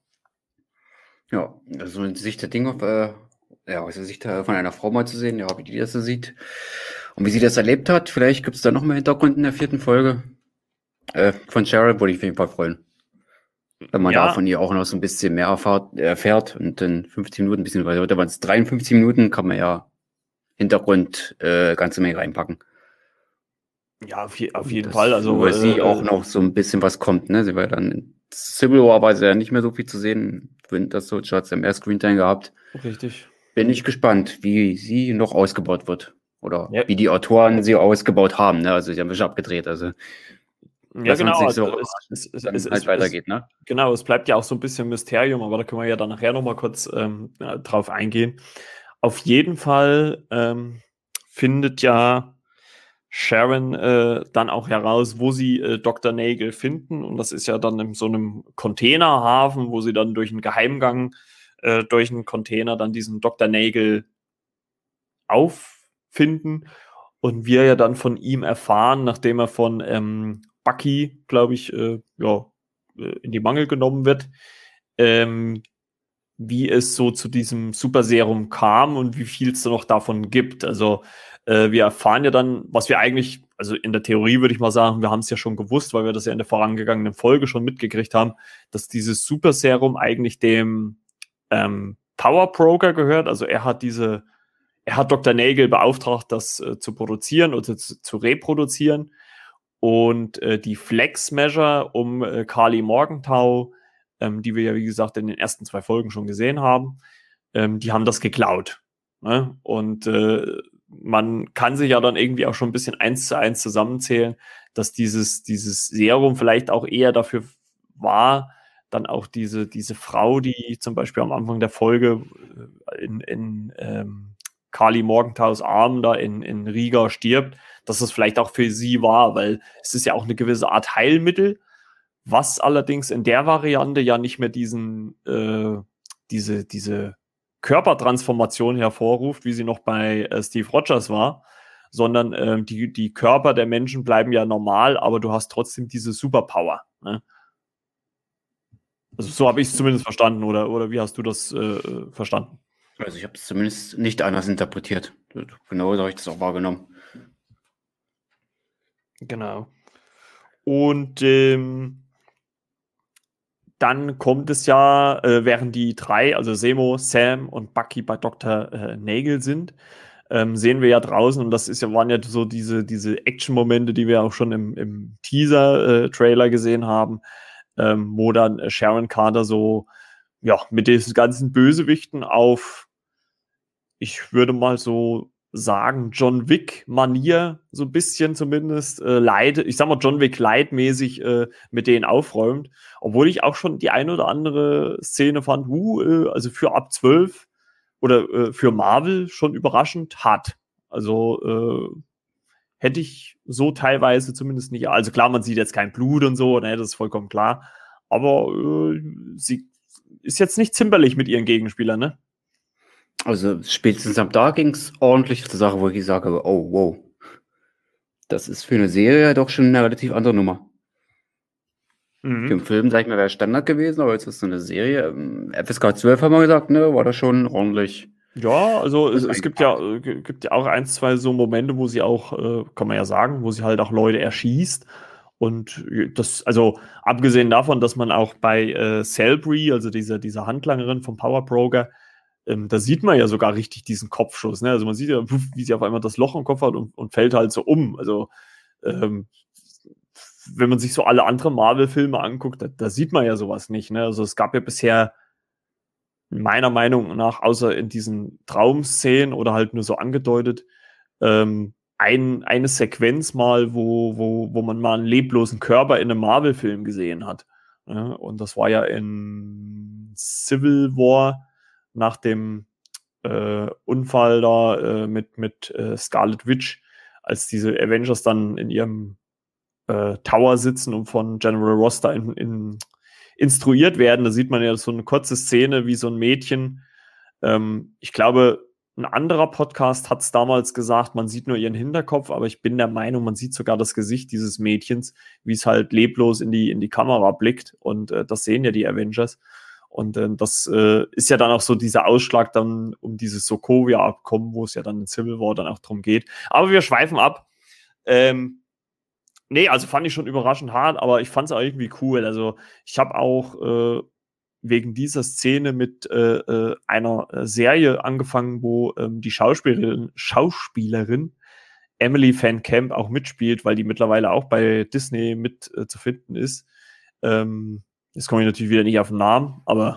Ja, also in Sicht der Dinge, äh, ja, aus der Sicht äh, von einer Frau mal zu sehen, ja, wie die das so sieht und wie sie das erlebt hat. Vielleicht gibt es da noch mehr Hintergrund in der vierten Folge. Äh, von Cheryl würde ich auf jeden Fall freuen. Wenn man Ja. da von ihr auch noch so ein bisschen mehr erfahrt, erfährt und in fünfzehn Minuten ein bisschen weiter, oder waren es dreiundfünfzig Minuten, kann man ja Hintergrund äh, ganze Menge reinpacken. Ja, auf, je, auf Und jeden das, Fall. Also über äh, sie auch noch so ein bisschen was kommt, ne? Sie war dann in Civil War, war sie ja nicht mehr so viel zu sehen. Winter Soldier hat sie mehr Screentime gehabt. richtig. Bin ich gespannt, wie sie noch ausgebaut wird. Oder Ja. wie die Autoren sie ausgebaut haben, ne? Also sie haben sich abgedreht. Also Ja, genau. Sich so Also es, es, dann es, halt es, weitergeht, ne? Genau, es bleibt ja auch so ein bisschen Mysterium, aber da können wir ja dann nachher noch mal kurz ähm, ja, drauf eingehen. Auf jeden Fall ähm, findet ja Sharon äh, dann auch heraus, wo sie äh, Doktor Nagel finden. Und das ist ja dann in so einem Containerhafen, wo sie dann durch einen Geheimgang, äh, durch einen Container dann diesen Doktor Nagel auffinden. Und wir ja dann von ihm erfahren, nachdem er von ähm, Bucky, glaube ich, äh, ja, in die Mangel genommen wird, ähm, wie es so zu diesem Superserum kam und wie viel es da noch davon gibt. Also äh, wir erfahren ja dann, was wir eigentlich, also in der Theorie würde ich mal sagen, wir haben es ja schon gewusst, weil wir das ja in der vorangegangenen Folge schon mitgekriegt haben, dass dieses Superserum eigentlich dem ähm, Power Broker gehört. Also er hat diese, er hat Doktor Nagel beauftragt, das äh, zu produzieren oder zu, zu reproduzieren. Und äh, die Flex Measure um äh, Karli Morgenthau, ähm, die wir ja, wie gesagt, in den ersten zwei Folgen schon gesehen haben, ähm, die haben das geklaut. Ne? Und äh, man kann sich ja dann irgendwie auch schon ein bisschen eins zu eins zusammenzählen, dass dieses, dieses Serum vielleicht auch eher dafür war, dann auch diese, diese Frau, die zum Beispiel am Anfang der Folge in, in ähm, Karli Morgenthaus Arm da in, in Riga stirbt, dass das vielleicht auch für sie war, weil es ist ja auch eine gewisse Art Heilmittel, was allerdings in der Variante ja nicht mehr diesen, äh, diese, diese Körpertransformation hervorruft, wie sie noch bei äh, Steve Rogers war, sondern äh, die, die Körper der Menschen bleiben ja normal, aber du hast trotzdem diese Superpower. Ne? Also so habe ich es zumindest verstanden, oder, oder wie hast du das äh, verstanden? Also ich habe es zumindest nicht anders interpretiert. Genau so habe ich das auch wahrgenommen. Genau. Und ähm, dann kommt es ja, äh, während die drei, also Zemo, Sam und Bucky bei Doktor äh, Nagel sind, ähm, sehen wir ja draußen, und das ist ja, waren ja so diese, diese Action-Momente, die wir auch schon im, im Teaser-Trailer gesehen haben, ähm, wo dann äh, Sharon Carter so, ja, mit diesen ganzen Bösewichten auf, ich würde mal so sagen, John Wick-Manier, so ein bisschen zumindest, äh, Leid, ich sag mal John Wick-Light-mäßig äh, mit denen aufräumt. Obwohl ich auch schon die ein oder andere Szene fand, uh, äh, also für ab zwölf oder äh, für Marvel schon überraschend hart. Also äh, hätte ich so teilweise zumindest nicht. Also klar, man sieht jetzt kein Blut und so, ne, das ist vollkommen klar. Aber äh, sie ist jetzt nicht zimperlich mit ihren Gegenspielern, ne? Also spätestens ab da ging es ordentlich zur Sache, wo ich sage, oh, wow. Das ist für eine Serie doch schon eine relativ andere Nummer. Mhm. Für einen Film, sag ich mal, wäre Standard gewesen, aber jetzt ist so eine Serie. F S K zwölf haben wir gesagt, ne, war das schon ordentlich. Ja, also es, es gibt ja, äh, gibt ja auch ein, zwei so Momente, wo sie auch, äh, kann man ja sagen, wo sie halt auch Leute erschießt. Und das, also abgesehen davon, dass man auch bei äh, Celebrity, also dieser, dieser Handlangerin vom Power Broker, ähm, da sieht man ja sogar richtig diesen Kopfschuss. Ne? Also man sieht ja, wie sie auf einmal das Loch im Kopf hat und, und fällt halt so um. Also ähm, wenn man sich so alle anderen Marvel-Filme anguckt, da, da sieht man ja sowas nicht. Ne? Also es gab ja bisher meiner Meinung nach, außer in diesen Traumszenen oder halt nur so angedeutet, ähm, ein, eine Sequenz mal, wo, wo, wo man mal einen leblosen Körper in einem Marvel-Film gesehen hat. Ja, und das war ja in Civil War nach dem äh, Unfall da äh, mit, mit äh, Scarlet Witch, als diese Avengers dann in ihrem äh, Tower sitzen und von General Ross da in, in instruiert werden. Da sieht man ja so eine kurze Szene, wie so ein Mädchen. Ähm, ich glaube, ein anderer Podcast hat es damals gesagt, man sieht nur ihren Hinterkopf, aber ich bin der Meinung, man sieht sogar das Gesicht dieses Mädchens, wie es halt leblos in die, in die Kamera blickt. Und äh, das sehen ja die Avengers. Und äh, das äh, ist ja dann auch so dieser Ausschlag dann um dieses Sokovia-Abkommen, wo es ja dann in Civil War dann auch drum geht. Aber wir schweifen ab. Ähm, Nee, also fand ich schon überraschend hart, aber ich fand es auch irgendwie cool. Also ich habe auch äh, wegen dieser Szene mit äh, äh, einer Serie angefangen, wo ähm, die Schauspielerin, Schauspielerin Emily Van Camp auch mitspielt, weil die mittlerweile auch bei Disney mit äh, zu finden ist. Ähm, jetzt komme ich natürlich wieder nicht auf den Namen, aber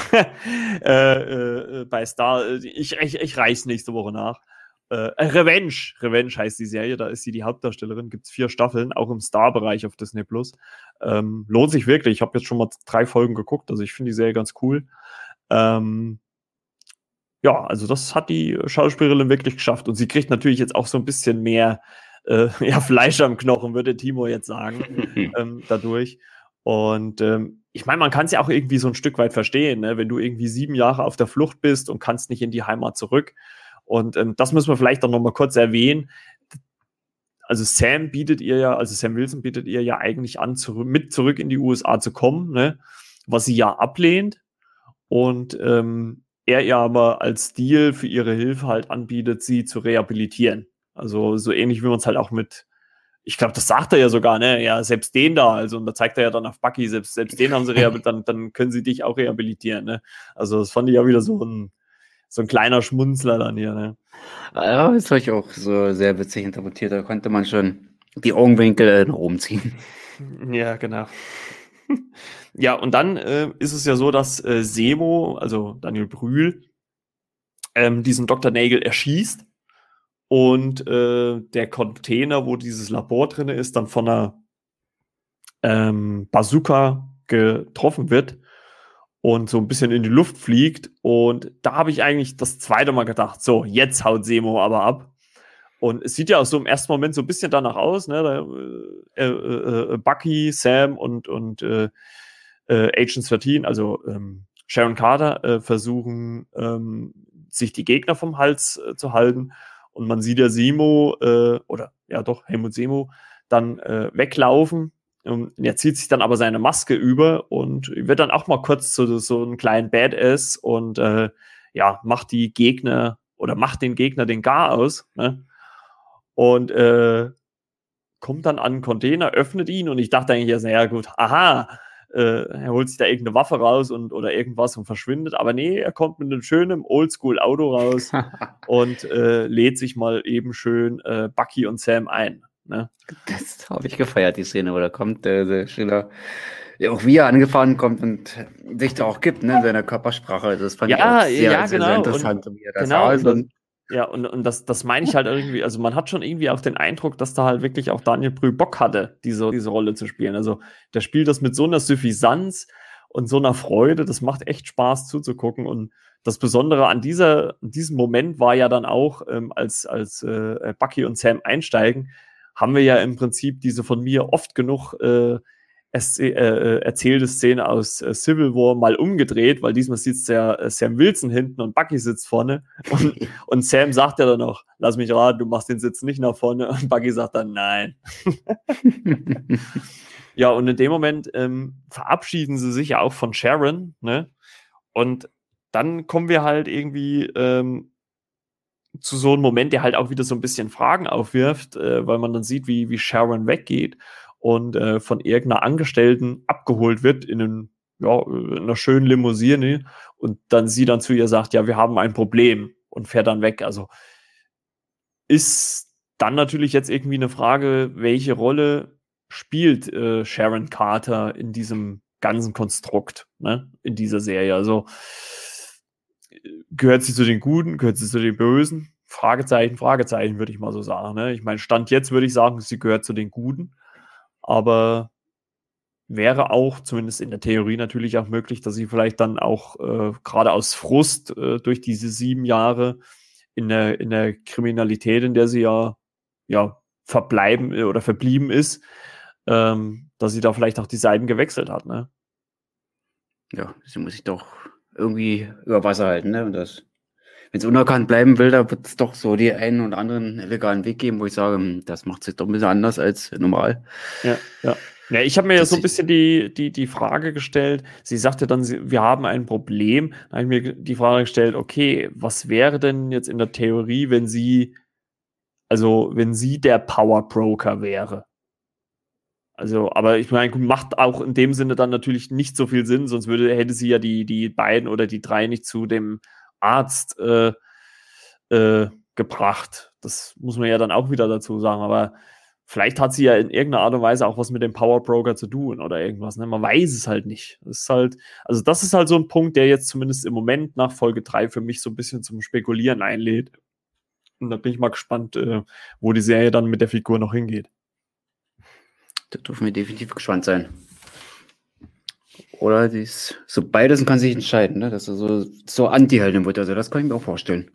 äh, äh, bei Star, ich, ich, ich reich's nächste Woche nach. Äh, Revenge, Revenge heißt die Serie, da ist sie die Hauptdarstellerin, gibt es vier Staffeln, auch im Star-Bereich auf Disney Plus. Ähm, lohnt sich wirklich, ich habe jetzt schon mal drei Folgen geguckt, also ich finde die Serie ganz cool. Ähm, ja, also das hat die Schauspielerin wirklich geschafft und sie kriegt natürlich jetzt auch so ein bisschen mehr äh, ja, Fleisch am Knochen, würde Timo jetzt sagen, ähm, dadurch. Und ähm, ich meine, man kann es ja auch irgendwie so ein Stück weit verstehen, ne? Wenn du irgendwie sieben Jahre auf der Flucht bist und kannst nicht in die Heimat zurück. Und ähm, das müssen wir vielleicht auch noch mal kurz erwähnen. Also Sam bietet ihr ja, also Sam Wilson bietet ihr ja eigentlich an, zurück, mit zurück in die U S A zu kommen, ne? Was sie ja ablehnt. Und ähm, er ihr aber als Deal für ihre Hilfe halt anbietet, sie zu rehabilitieren. Also so ähnlich wie man es halt auch mit, ich glaube, das sagt er ja sogar, ne? Ja, selbst den da, also und da zeigt er ja dann auf Bucky, selbst, selbst den haben sie rehabilitiert, dann, dann können sie dich auch rehabilitieren, ne? Also das fand ich ja wieder so ein So ein kleiner Schmunzler dann hier, ne? Ja, das habe ich auch so sehr witzig interpretiert. Da konnte man schon die Augenwinkel nach oben ziehen. Ja, genau. Ja, und dann äh, ist es ja so, dass äh, Zemo, also Daniel Brühl, ähm, diesen Doktor Nagel erschießt und äh, der Container, wo dieses Labor drin ist, dann von einer ähm, Bazooka getroffen wird und so ein bisschen in die Luft fliegt. Und da habe ich eigentlich das zweite Mal gedacht, so, jetzt haut Zemo aber ab. Und es sieht ja auch so im ersten Moment so ein bisschen danach aus, ne? Da, äh, äh, äh, Bucky, Sam und, und äh, äh, Agent dreizehn, also ähm, Sharon Carter, äh, versuchen, ähm, sich die Gegner vom Hals äh, zu halten. Und man sieht ja Zemo, äh, oder ja doch, Helmut Zemo, dann äh, weglaufen. Und er zieht sich dann aber seine Maske über und wird dann auch mal kurz zu so einem kleinen Badass und äh, ja, macht die Gegner oder macht den Gegner den Gar aus, ne? Und äh, kommt dann an einen Container, öffnet ihn und ich dachte eigentlich erst, naja gut, aha, äh, er holt sich da irgendeine Waffe raus und oder irgendwas und verschwindet, aber nee, er kommt mit einem schönen Oldschool-Auto raus und äh, lädt sich mal eben schön äh, Bucky und Sam ein. Ne? Das habe ich gefeiert, die Szene, wo da kommt äh, der Schiller, ja, auch wie er angefahren kommt und sich da auch gibt, ne, in seiner Körpersprache. Das fand ja, ich auch sehr, ja, sehr, genau. sehr interessant, und, wie er das genau, sah. Und, Ja, und, und das, das meine ich halt irgendwie, also man hat schon irgendwie auch den Eindruck, dass da halt wirklich auch Daniel Brühl Bock hatte, diese, diese Rolle zu spielen. Also der spielt das mit so einer Suffisanz und so einer Freude, das macht echt Spaß zuzugucken. Und das Besondere an dieser, an diesem Moment war ja dann auch, ähm, als, als äh, Bucky und Sam einsteigen, haben wir ja im Prinzip diese von mir oft genug äh, es, äh, erzählte Szene aus äh, Civil War mal umgedreht, weil diesmal sitzt der äh, Sam Wilson hinten und Bucky sitzt vorne. Und, und Sam sagt ja dann noch, lass mich raten, du machst den Sitz nicht nach vorne. Und Bucky sagt dann, nein. Ja, und in dem Moment ähm, verabschieden sie sich ja auch von Sharon, ne? Und dann kommen wir halt irgendwie ähm, zu so einem Moment, der halt auch wieder so ein bisschen Fragen aufwirft, äh, weil man dann sieht, wie, wie Sharon weggeht und äh, von irgendeiner Angestellten abgeholt wird in, einem, ja, in einer schönen Limousine und dann sie dann zu ihr sagt, ja, wir haben ein Problem und fährt dann weg. Also ist dann natürlich jetzt irgendwie eine Frage, welche Rolle spielt äh, Sharon Carter in diesem ganzen Konstrukt, ne, in dieser Serie. Also gehört sie zu den Guten, gehört sie zu den Bösen? Fragezeichen, Fragezeichen, würde ich mal so sagen. Ne? Ich meine, Stand jetzt würde ich sagen, sie gehört zu den Guten, aber wäre auch, zumindest in der Theorie natürlich auch möglich, dass sie vielleicht dann auch äh, gerade aus Frust äh, durch diese sieben Jahre in der, in der Kriminalität, in der sie ja, ja verbleiben äh, oder verblieben ist, ähm, dass sie da vielleicht auch die Seiten gewechselt hat. Ne? Ja, sie muss sich doch irgendwie über Wasser halten, ne? Und das, wenn es unerkannt bleiben will, da wird es doch so die einen oder anderen illegalen Weg geben, wo ich sage, hm, das macht sich doch ein bisschen anders als normal. Ja, ja. Ja, ich habe mir ja Das so ein ich, bisschen die, die, die Frage gestellt, sie sagte dann, sie, wir haben ein Problem. Da habe ich mir die Frage gestellt, okay, was wäre denn jetzt in der Theorie, wenn sie, also wenn sie der Power Broker wäre? Also, aber ich meine, macht auch in dem Sinne dann natürlich nicht so viel Sinn, sonst würde, hätte sie ja die, die beiden oder die drei nicht zu dem Arzt äh, äh, gebracht. Das muss man ja dann auch wieder dazu sagen, aber vielleicht hat sie ja in irgendeiner Art und Weise auch was mit dem Power Broker zu tun oder irgendwas. Ne? Man weiß es halt nicht. Das ist halt, also das ist halt so ein Punkt, der jetzt zumindest im Moment nach Folge drei für mich so ein bisschen zum Spekulieren einlädt. Und da bin ich mal gespannt, äh, wo die Serie dann mit der Figur noch hingeht. da dürfen wir definitiv gespannt sein. Oder dies, so beides kann sich entscheiden, ne? Dass er so, so Anti-Heldin wird. Also das kann ich mir auch vorstellen.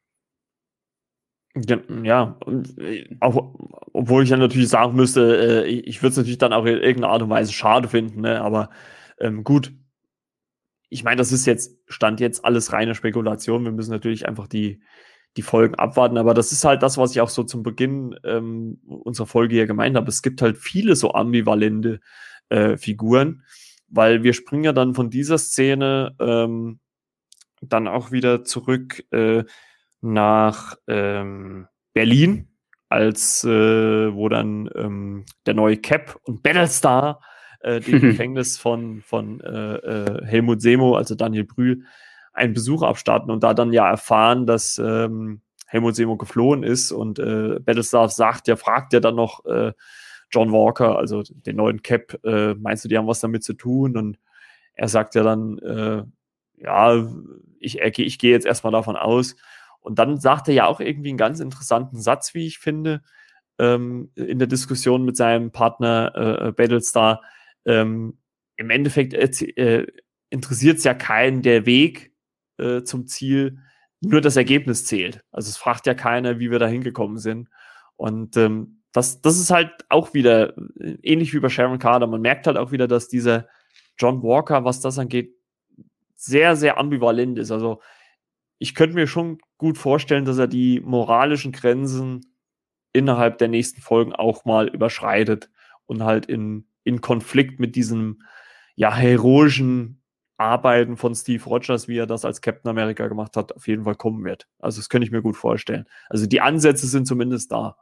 Ja, ja, und, äh, auch, obwohl ich ja natürlich sagen müsste, äh, ich, ich würde es natürlich dann auch in irgendeiner Art und Weise schade finden, ne? Aber ähm, gut, ich meine, das ist jetzt, Stand jetzt alles reine Spekulation. Wir müssen natürlich einfach die, die Folgen abwarten, aber das ist halt das, was ich auch so zum Beginn ähm, unserer Folge hier gemeint habe. Es gibt halt viele so ambivalente äh, Figuren, weil wir springen ja dann von dieser Szene ähm, dann auch wieder zurück äh, nach ähm, Berlin, als äh, wo dann ähm, der neue Cap und Battlestar äh, dem Gefängnis von, von äh, äh, Helmut Semo, also Daniel Brühl, einen Besuch abstatten und da dann ja erfahren, dass ähm, Helmut Semo geflohen ist und äh, Battlestar sagt ja, fragt ja dann noch äh, John Walker, also den neuen Cap, äh, meinst du, die haben was damit zu tun? Und er sagt ja dann, äh, ja, ich, ich gehe jetzt erstmal davon aus. Und dann sagt er ja auch irgendwie einen ganz interessanten Satz, wie ich finde, ähm, in der Diskussion mit seinem Partner äh, Battlestar. Ähm, Im Endeffekt äh, interessiert es ja keinen der Weg äh, zum Ziel, nur das Ergebnis zählt. Also es fragt ja keiner, wie wir da hingekommen sind. Und ähm, das, das ist halt auch wieder ähnlich wie bei Sharon Carter. Man merkt halt auch wieder, dass dieser John Walker, was das angeht, sehr, sehr ambivalent ist. Also ich könnte mir schon gut vorstellen, dass er die moralischen Grenzen innerhalb der nächsten Folgen auch mal überschreitet und halt in, in Konflikt mit diesem ja heroischen Arbeiten von Steve Rogers, wie er das als Captain America gemacht hat, auf jeden Fall kommen wird. Also das könnte ich mir gut vorstellen. Also die Ansätze sind zumindest da.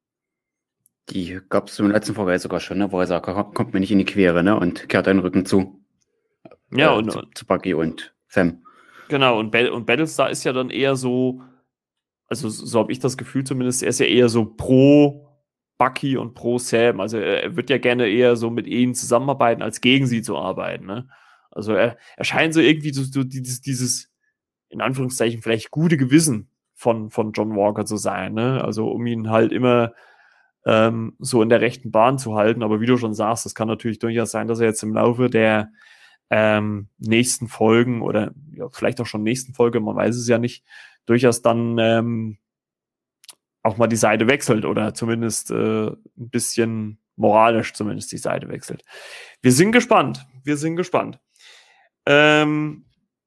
Die gab es im letzten Folge sogar schon, ne? Wo er sagt, kommt mir nicht in die Quere, ne? Und kehrt einen Rücken zu. Ja, äh, und zu, zu Bucky und Sam. Genau, und, Be- und Battlestar ist ja dann eher so, also so, so habe ich das Gefühl zumindest, er ist ja eher so pro Bucky und pro Sam. Also er, er wird ja gerne eher so mit ihnen zusammenarbeiten, als gegen sie zu arbeiten. Ne? Also er, er scheint so irgendwie so, so dieses, dieses, in Anführungszeichen, vielleicht gute Gewissen von, von John Walker zu sein, ne? Also um ihn halt immer ähm, so in der rechten Bahn zu halten. Aber wie du schon sagst, es kann natürlich durchaus sein, dass er jetzt im Laufe der ähm, nächsten Folgen oder ja, vielleicht auch schon nächsten Folge, man weiß es ja nicht, durchaus dann ähm, auch mal die Seite wechselt oder zumindest äh, ein bisschen moralisch zumindest die Seite wechselt. Wir sind gespannt. Wir sind gespannt. Ähm,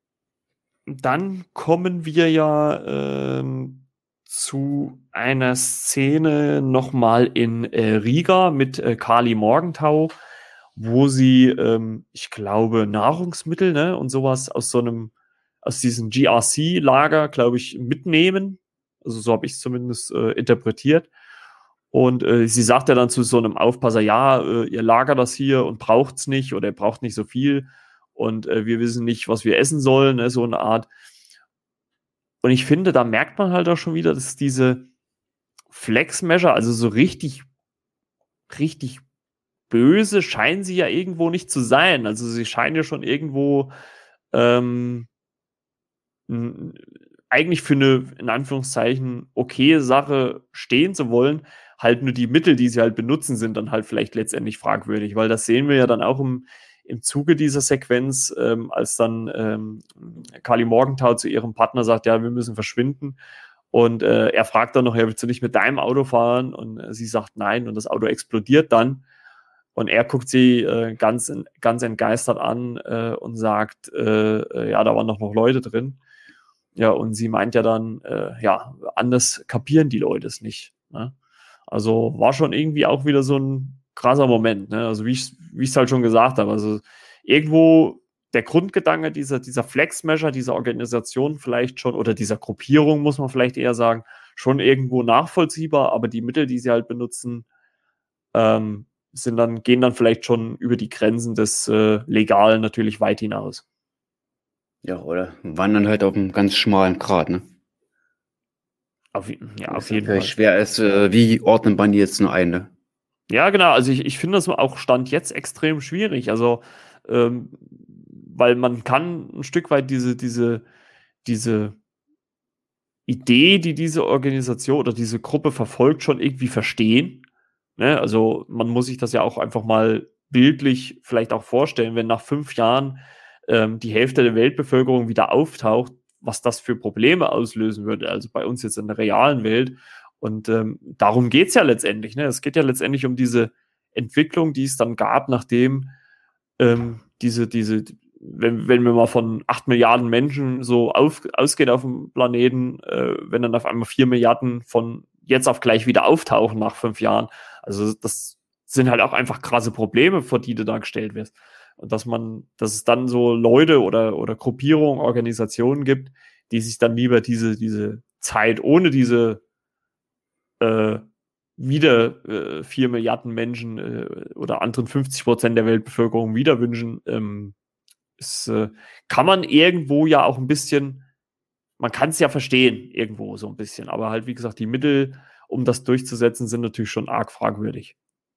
dann kommen wir ja ähm, zu einer Szene nochmal in äh, Riga mit äh, Kali Morgenthau, wo sie, ähm, ich glaube, Nahrungsmittel, ne, und sowas aus so einem, aus diesem G R C-Lager, glaube ich, mitnehmen. Also so habe ich es zumindest äh, interpretiert. Und äh, sie sagt ja dann zu so einem Aufpasser, ja, äh, ihr lagert das hier und braucht es nicht oder ihr braucht nicht so viel und äh, wir wissen nicht, was wir essen sollen, ne, so eine Art. Und ich finde, da merkt man halt auch schon wieder, dass diese Flex-Measure, also so richtig, richtig böse scheinen sie ja irgendwo nicht zu sein. Also sie scheinen ja schon irgendwo ähm, n- eigentlich für eine, in Anführungszeichen, okaye Sache stehen zu wollen. Halt nur die Mittel, die sie halt benutzen, sind dann halt vielleicht letztendlich fragwürdig, weil das sehen wir ja dann auch im, im Zuge dieser Sequenz, ähm, als dann ähm, Kali Morgenthau zu ihrem Partner sagt, ja, wir müssen verschwinden. Und äh, er fragt dann noch, ja, willst du nicht mit deinem Auto fahren? Und äh, sie sagt nein und das Auto explodiert dann. Und er guckt sie äh, ganz, ganz entgeistert an äh, und sagt, äh, äh, ja, da waren doch noch Leute drin. Ja, und sie meint ja dann, äh, ja, anders kapieren die Leute es nicht. Ne? Also war schon irgendwie auch wieder so ein krasser Moment. Ne? Also wie ich wie ich es halt schon gesagt habe. Also irgendwo der Grundgedanke dieser, dieser Flex-Measure, dieser Organisation vielleicht schon, oder dieser Gruppierung, muss man vielleicht eher sagen, schon irgendwo nachvollziehbar, aber die Mittel, die sie halt benutzen, ähm, sind dann, gehen dann vielleicht schon über die Grenzen des äh, Legalen natürlich weit hinaus. Ja, oder wandern halt auf einem ganz schmalen Grat, ne? Auf, ja, Wo auf es jeden Fall. natürlich schwer ist, äh, wie ordnet man die jetzt nur ein, ne? Ja, genau. Also ich, ich finde das auch Stand jetzt extrem schwierig. Also, ähm, weil man kann ein Stück weit diese, diese, diese Idee, die diese Organisation oder diese Gruppe verfolgt, schon irgendwie verstehen. Ne? Also man muss sich das ja auch einfach mal bildlich vielleicht auch vorstellen, wenn nach fünf Jahren ähm, die Hälfte der Weltbevölkerung wieder auftaucht, was das für Probleme auslösen würde. Also bei uns jetzt in der realen Welt. Und ähm, darum geht es ja letztendlich. Ne? Es geht ja letztendlich um diese Entwicklung, die es dann gab, nachdem ähm, diese, diese, wenn, wenn wir mal von acht Milliarden Menschen so auf, ausgehen auf dem Planeten, äh, wenn dann auf einmal vier Milliarden von jetzt auf gleich wieder auftauchen nach fünf Jahren. Also das sind halt auch einfach krasse Probleme, vor die du da gestellt wirst. Und dass man, dass es dann so Leute oder, oder Gruppierungen, Organisationen gibt, die sich dann lieber diese, diese Zeit ohne diese äh, wieder äh, vier Milliarden Menschen äh, oder anderen fünfzig Prozent der Weltbevölkerung wieder wünschen, ähm, ist, äh, kann man irgendwo ja auch ein bisschen, man kann es ja verstehen, irgendwo so ein bisschen, aber halt, wie gesagt, die Mittel, um das durchzusetzen, sind natürlich schon arg fragwürdig.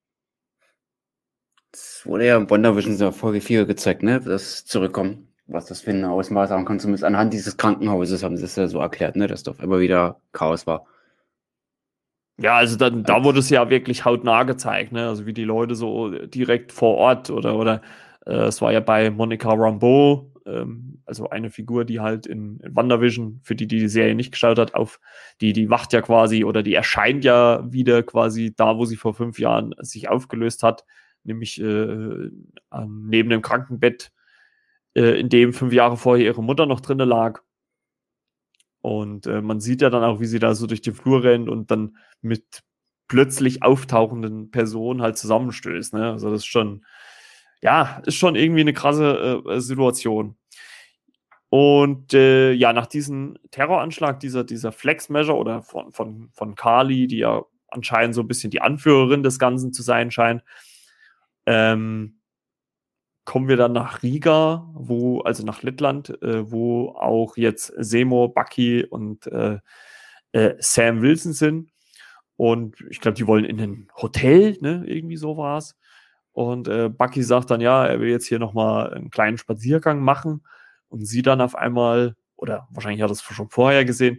Es wurde ja im WandaVision in der Folge vier gezeigt, ne? Das Zurückkommen. Was das für ein Ausmaß haben kann, zumindest anhand dieses Krankenhauses haben sie es ja so erklärt, ne? Dass doch immer wieder Chaos war. Ja, also dann, da wurde Als, es ja wirklich hautnah gezeigt, ne? Also wie die Leute so direkt vor Ort oder, oder äh, es war ja bei Monica Rambeau, ähm, also eine Figur, die halt in, in WandaVision, für die, die die Serie nicht geschaut hat, auf die, die wacht ja quasi oder die erscheint ja wieder quasi da, wo sie vor fünf Jahren sich aufgelöst hat, nämlich äh, an, neben dem Krankenbett, äh, in dem fünf Jahre vorher ihre Mutter noch drinne lag. Und äh, man sieht ja dann auch, wie sie da so durch den Flur rennt und dann mit plötzlich auftauchenden Personen halt zusammenstößt. Ne? Also das ist schon, ja, ist schon irgendwie eine krasse äh, Situation. Und äh, ja, nach diesem Terroranschlag, dieser, dieser Flex-Measure oder von, von, von Kali, die ja anscheinend so ein bisschen die Anführerin des Ganzen zu sein scheint, ähm, kommen wir dann nach Riga, wo, also nach Lettland, äh, wo auch jetzt Seymour, Bucky und äh, äh, Sam Wilson sind. Und ich glaube, die wollen in ein Hotel, ne? Irgendwie so war es. Und äh, Bucky sagt dann, ja, er will jetzt hier nochmal einen kleinen Spaziergang machen. Und sie dann auf einmal, oder wahrscheinlich hat er es schon vorher gesehen,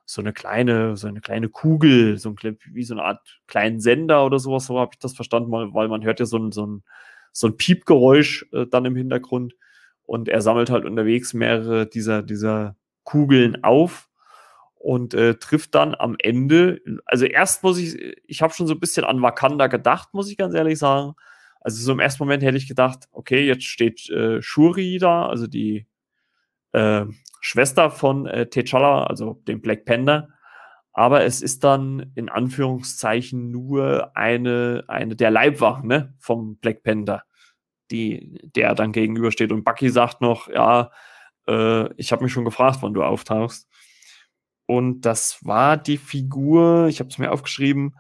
so eine kleine, so eine kleine Kugel, so ein, wie so eine Art kleinen Sender oder sowas, so habe ich das verstanden, weil man hört ja so ein, so ein, so ein Piepgeräusch äh, dann im Hintergrund und er sammelt halt unterwegs mehrere dieser, dieser Kugeln auf und äh, trifft dann am Ende, also erst muss ich, ich habe schon so ein bisschen an Wakanda gedacht, muss ich ganz ehrlich sagen. Also so im ersten Moment hätte ich gedacht, okay, jetzt steht äh, Shuri da, also die äh, Schwester von äh, T'Challa, also dem Black Panther. Aber es ist dann in Anführungszeichen nur eine, eine der Leibwachen, ne, vom Black Panther, die, der dann gegenübersteht. Und Bucky sagt noch, ja, äh, ich habe mich schon gefragt, wann du auftauchst. Und das war die Figur, ich habe es mir aufgeschrieben,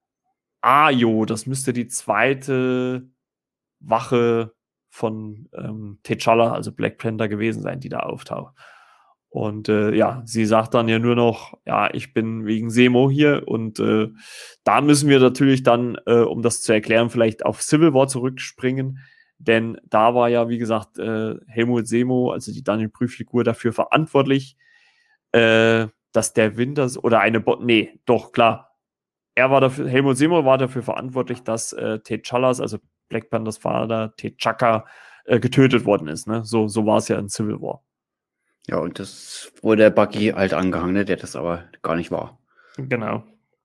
Ayo, das müsste die zweite Wache von ähm, T'Challa, also Black Panther gewesen sein, die da auftaucht. Und äh, ja, sie sagt dann ja nur noch, ja, ich bin wegen Zemo hier und äh, da müssen wir natürlich dann, äh, um das zu erklären, vielleicht auf Civil War zurückspringen, denn da war ja, wie gesagt, äh, Helmut Zemo, also die Daniel-Brühl-Figur, dafür verantwortlich, äh, dass der Winter, oder eine, Bo nee, doch, klar, er war dafür, Helmut Zemo war dafür verantwortlich, dass äh, T'Challas, also Black Panthers Vater, T'Chaka, äh, getötet worden ist, ne? So, so war es ja in Civil War. Ja, und das wurde der Bucky halt angehangen, ne, der das aber gar nicht war. Genau.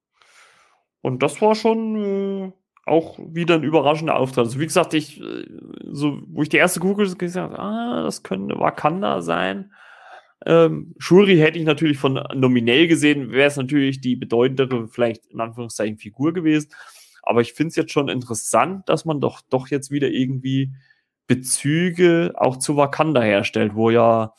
Und das war schon äh, auch wieder ein überraschender Auftritt. Also wie gesagt, ich, äh, so, wo ich die erste Kugel gesagt habe, ah, das könnte Wakanda sein. Ähm, Shuri hätte ich natürlich von nominell gesehen, wäre es natürlich die bedeutendere, vielleicht in Anführungszeichen Figur gewesen. Aber ich finde es jetzt schon interessant, dass man doch, doch jetzt wieder irgendwie Bezüge auch zu Wakanda herstellt, wo ja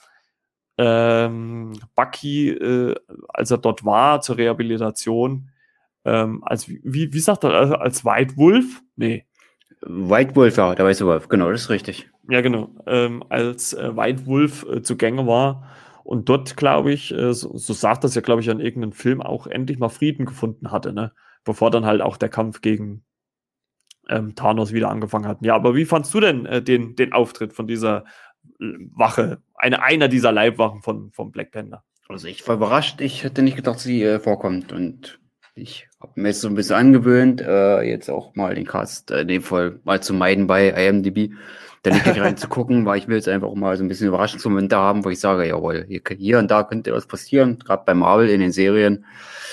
ähm, Bucky, äh, als er dort war zur Rehabilitation, ähm, als, wie, wie sagt er, als White Wolf? Nee. White Wolf, ja, der weiße Wolf, genau, das ist richtig. Ja, genau. Ähm, als äh, White Wolf äh, zugänge war und dort, glaube ich, äh, so, so sagt das ja, glaube ich, an irgendeinem Film auch endlich mal Frieden gefunden hatte, ne? Bevor dann halt auch der Kampf gegen ähm, Thanos wieder angefangen hat. Ja, aber wie fandst du denn äh, den, den Auftritt von dieser äh, Wache, eine, einer dieser Leibwachen von, von Black Panther? Also ich war überrascht, ich hätte nicht gedacht, sie äh, vorkommt und ich habe mir jetzt so ein bisschen angewöhnt, äh, jetzt auch mal den Cast äh, in dem Fall mal zu meiden bei I M D B, da nicht reinzugucken, weil ich will jetzt einfach auch mal so ein bisschen Überraschungsmomente haben, wo ich sage, jawohl, hier, hier und da könnte was passieren, gerade bei Marvel in den Serien.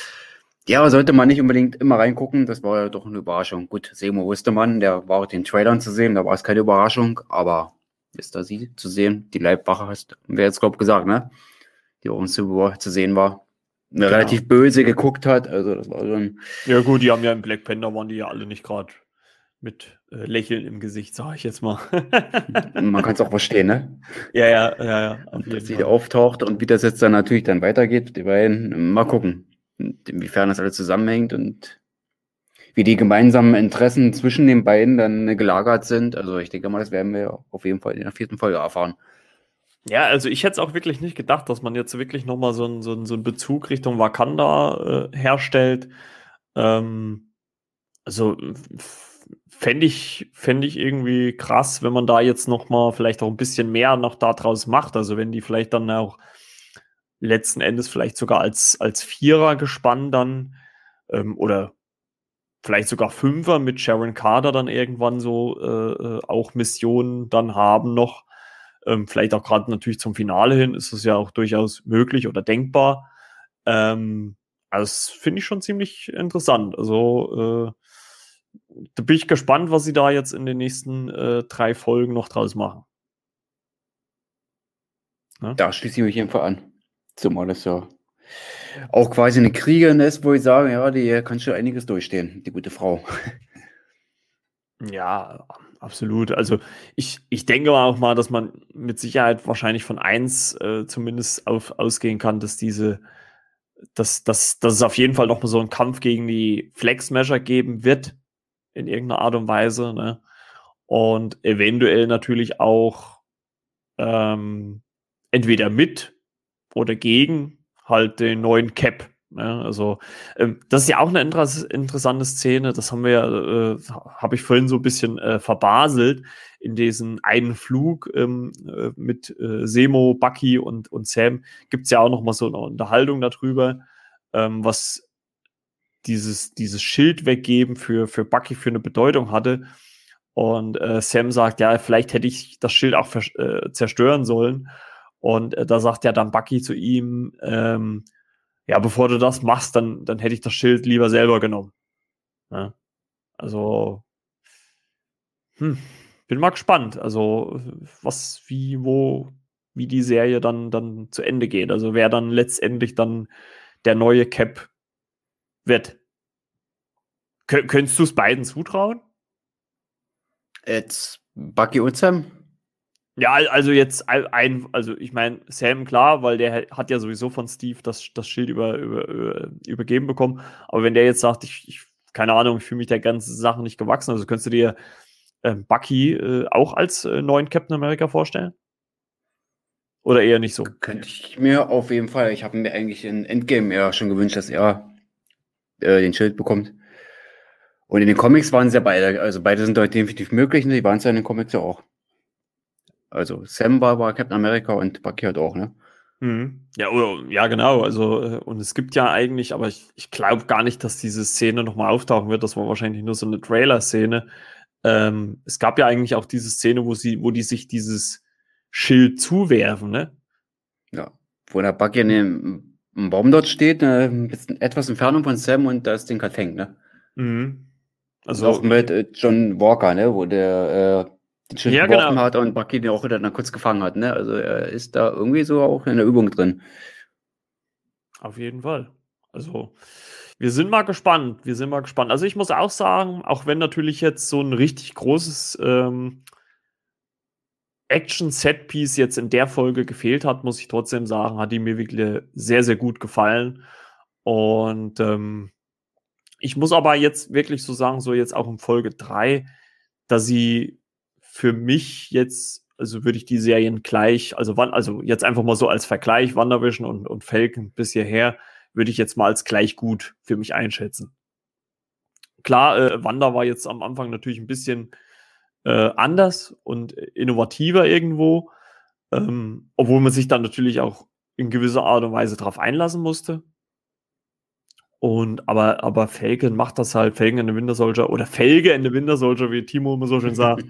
Ja, sollte man nicht unbedingt immer reingucken, das war ja doch eine Überraschung. Gut, Zemo wusste man, der war den Trailern zu sehen, da war es keine Überraschung, aber ist da sie zu sehen, die Leibwache hast, wer jetzt glaube gesagt, ne? Die auch in Civil War zu sehen war, genau. Relativ böse geguckt hat, also das war schon... Ja gut, die haben ja im Black Panther, waren die ja alle nicht gerade mit äh, Lächeln im Gesicht, sag ich jetzt mal. Man kann es auch verstehen, ne? Ja, ja, ja, ja. Auf jeden Dass sie auftaucht und wie das jetzt dann natürlich dann weitergeht, die beiden, mal gucken, inwiefern das alles zusammenhängt und wie die gemeinsamen Interessen zwischen den beiden dann gelagert sind. Also ich denke mal, das werden wir auf jeden Fall in der vierten Folge erfahren. Ja, also ich hätte es auch wirklich nicht gedacht, dass man jetzt wirklich nochmal so einen so so einen Bezug Richtung Wakanda äh, herstellt. Ähm, also fände ich, fänd ich irgendwie krass, wenn man da jetzt nochmal vielleicht auch ein bisschen mehr noch daraus macht. Also wenn die vielleicht dann auch letzten Endes vielleicht sogar als, als Vierer gespannt dann ähm, oder vielleicht sogar Fünfer mit Sharon Carter dann irgendwann so äh, auch Missionen dann haben noch. Ähm, vielleicht auch gerade natürlich zum Finale hin ist es ja auch durchaus möglich oder denkbar. Ähm, also das finde ich schon ziemlich interessant. Also äh, da bin ich gespannt, was sie da jetzt in den nächsten äh, drei Folgen noch draus machen. Ja? Da schließe ich mich jedenfalls an. Zumal das ja auch quasi eine Kriegerin ist, wo ich sage, ja, die kann schon einiges durchstehen, die gute Frau. Ja, absolut. Also ich, ich denke auch mal, dass man mit Sicherheit wahrscheinlich von eins äh, zumindest auf, ausgehen kann, dass diese, dass, dass, dass es auf jeden Fall noch mal so einen Kampf gegen die Flex-Smasher geben wird, in irgendeiner Art und Weise, ne? Und eventuell natürlich auch ähm, entweder mit oder gegen halt den neuen Cap. Ja, also ähm, das ist ja auch eine inter interessante Szene, das haben wir ja, äh, habe ich vorhin so ein bisschen äh, verbaselt, in diesen einen Flug ähm, äh, mit äh, Zemo, Bucky und, und Sam gibt es ja auch noch mal so eine Unterhaltung darüber, ähm, was dieses, dieses Schild weggeben für, für Bucky für eine Bedeutung hatte. Und äh, Sam sagt, ja, vielleicht hätte ich das Schild auch äh, zerstören sollen. Und äh, da sagt ja dann Bucky zu ihm, ähm, ja, bevor du das machst, dann, dann hätte ich das Schild lieber selber genommen. Ja? Also, hm, bin mal gespannt. Also, was, wie, wo, wie die Serie dann, dann zu Ende geht. Also, wer dann letztendlich dann der neue Cap wird. Kön könntest du es beiden zutrauen? Jetzt Bucky und Sam? Ja, also jetzt ein, also ich meine, Sam, klar, weil der hat ja sowieso von Steve das, das Schild über, über, über, übergeben bekommen. Aber wenn der jetzt sagt, ich, ich keine Ahnung, ich fühle mich der ganzen Sache nicht gewachsen, also könntest du dir ähm, Bucky äh, auch als äh, neuen Captain America vorstellen? Oder eher nicht so? Könnte ich mir auf jeden Fall. Ich habe mir eigentlich in Endgame ja schon gewünscht, dass er äh, den Schild bekommt. Und in den Comics waren sie ja beide. Also beide sind dort definitiv möglich. Ne? Die waren es ja in den Comics ja auch. Also Sam war, war Captain America und Bucky halt auch, ne? Mhm. Ja, oder, ja, genau. Also, äh, und es gibt ja eigentlich, aber ich, ich glaube gar nicht, dass diese Szene nochmal auftauchen wird. Das war wahrscheinlich nur so eine Trailer-Szene. Ähm, es gab ja eigentlich auch diese Szene, wo sie, wo die sich dieses Schild zuwerfen, ne? Ja. Wo der Bucky in dem ein Baum dort steht, äh, ein bisschen etwas Entfernung von Sam und das Ding halt hängt, ne? Mhm. Und Also, auch mit äh, John Walker, ne? Wo der äh, den Schild ja, geworfen genau. hat und Bucky den auch wieder dann kurz gefangen hat, ne? Also er ist da irgendwie so auch in der Übung drin. Auf jeden Fall. Also, wir sind mal gespannt. Wir sind mal gespannt. Also, ich muss auch sagen, auch wenn natürlich jetzt so ein richtig großes ähm, Action-Set-Piece jetzt in der Folge gefehlt hat, muss ich trotzdem sagen, hat die mir wirklich sehr, sehr gut gefallen. Und ähm, ich muss aber jetzt wirklich so sagen, so jetzt auch in Folge drei, dass sie für mich jetzt, also würde ich die Serien gleich, also wann, also jetzt einfach mal so als Vergleich, WandaVision und, und Falcon bis hierher, würde ich jetzt mal als gleich gut für mich einschätzen. Klar, äh, Wanda war jetzt am Anfang natürlich ein bisschen äh, anders und innovativer irgendwo, ähm, obwohl man sich dann natürlich auch in gewisser Art und Weise darauf einlassen musste. Und aber, aber Falcon macht das halt, Falcon and the Winter Soldier oder Felge and the Winter Soldier, wie Timo immer so schön sagt,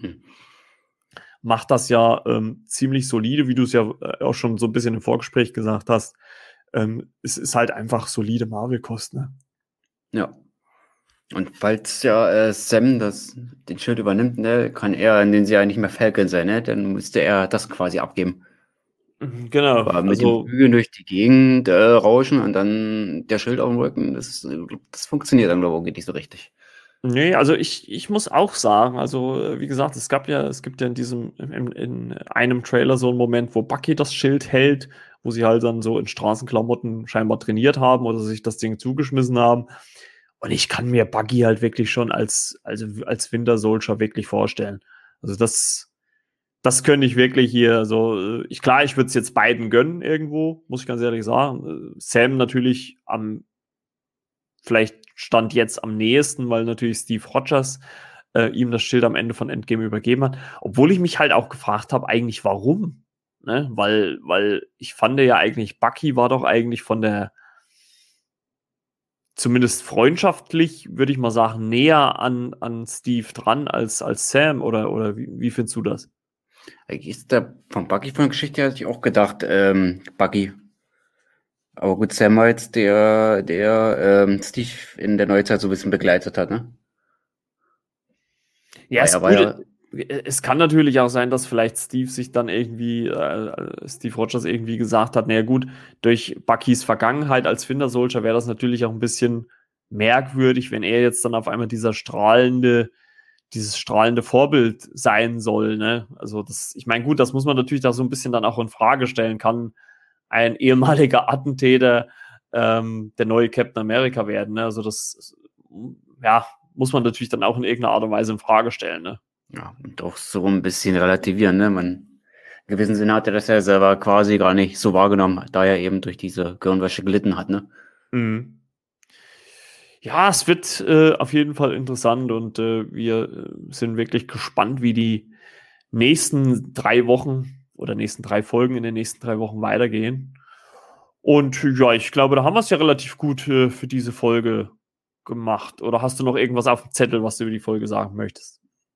macht das ja ähm, ziemlich solide, wie du es ja äh, auch schon so ein bisschen im Vorgespräch gesagt hast. Ähm, es ist halt einfach solide Marvel-Kost, ne? Ja. Und falls ja äh, Sam das, den Schild übernimmt, ne, kann er in den Jahren nicht mehr Falcon sein, ne? Dann müsste er das quasi abgeben. Mhm, genau, Aber mit den also Flügeln durch die Gegend äh, rauschen und dann der Schild auf dem Rücken, das, das funktioniert dann, glaube ich, nicht so richtig. nee, also ich, ich muss auch sagen, also äh, wie gesagt, es gab ja, es gibt ja in diesem, in, in einem Trailer so einen Moment, wo Bucky das Schild hält, wo sie halt dann so in Straßenklamotten scheinbar trainiert haben oder sich das Ding zugeschmissen haben. Und ich kann mir Bucky halt wirklich schon als, also als Winter Soldier wirklich vorstellen. Also das, das könnte ich wirklich hier so, äh, ich klar, ich würde es jetzt beiden gönnen irgendwo, muss ich ganz ehrlich sagen. Äh, Sam natürlich am vielleicht stand jetzt am nächsten, weil natürlich Steve Rogers äh, ihm das Schild am Ende von Endgame übergeben hat. Obwohl ich mich halt auch gefragt habe, eigentlich warum. Ne? Weil, weil ich fand ja eigentlich, Bucky war doch eigentlich von der, zumindest freundschaftlich, würde ich mal sagen, näher an, an Steve dran als, als Sam. Oder, oder wie, wie findest du das? Eigentlich ist der von Bucky von der Geschichte her, hatte ich auch gedacht, ähm, Bucky. Aber gut, Sam war jetzt der, der ähm, Steve in der Neuzeit so ein bisschen begleitet hat, ne? Ja, Weil ist er war gut. ja, Es kann natürlich auch sein, dass vielleicht Steve sich dann irgendwie, äh, Steve Rogers irgendwie gesagt hat, naja gut, durch Buckys Vergangenheit als Winter Soldier wäre das natürlich auch ein bisschen merkwürdig, wenn er jetzt dann auf einmal dieser strahlende, dieses strahlende Vorbild sein soll, ne? Also das, ich meine, gut, das muss man natürlich da so ein bisschen dann auch in Frage stellen. Kann ein ehemaliger Attentäter ähm, der neue Captain America werden, ne? Also das, ja, muss man natürlich dann auch in irgendeiner Art und Weise in Frage stellen, ne? ja, und auch so ein bisschen relativieren, ne? Man, in gewissem Sinne hat er das ja selber quasi gar nicht so wahrgenommen, da er eben durch diese Gehirnwäsche gelitten hat, ne? Mhm. Ja, es wird äh, auf jeden Fall interessant und äh, wir äh, sind wirklich gespannt, wie die nächsten drei Wochen oder nächsten drei Folgen in den nächsten drei Wochen weitergehen. Und ja, ich glaube, da haben wir es ja relativ gut äh, für diese Folge gemacht. Oder hast du noch irgendwas auf dem Zettel, was du über die Folge sagen möchtest?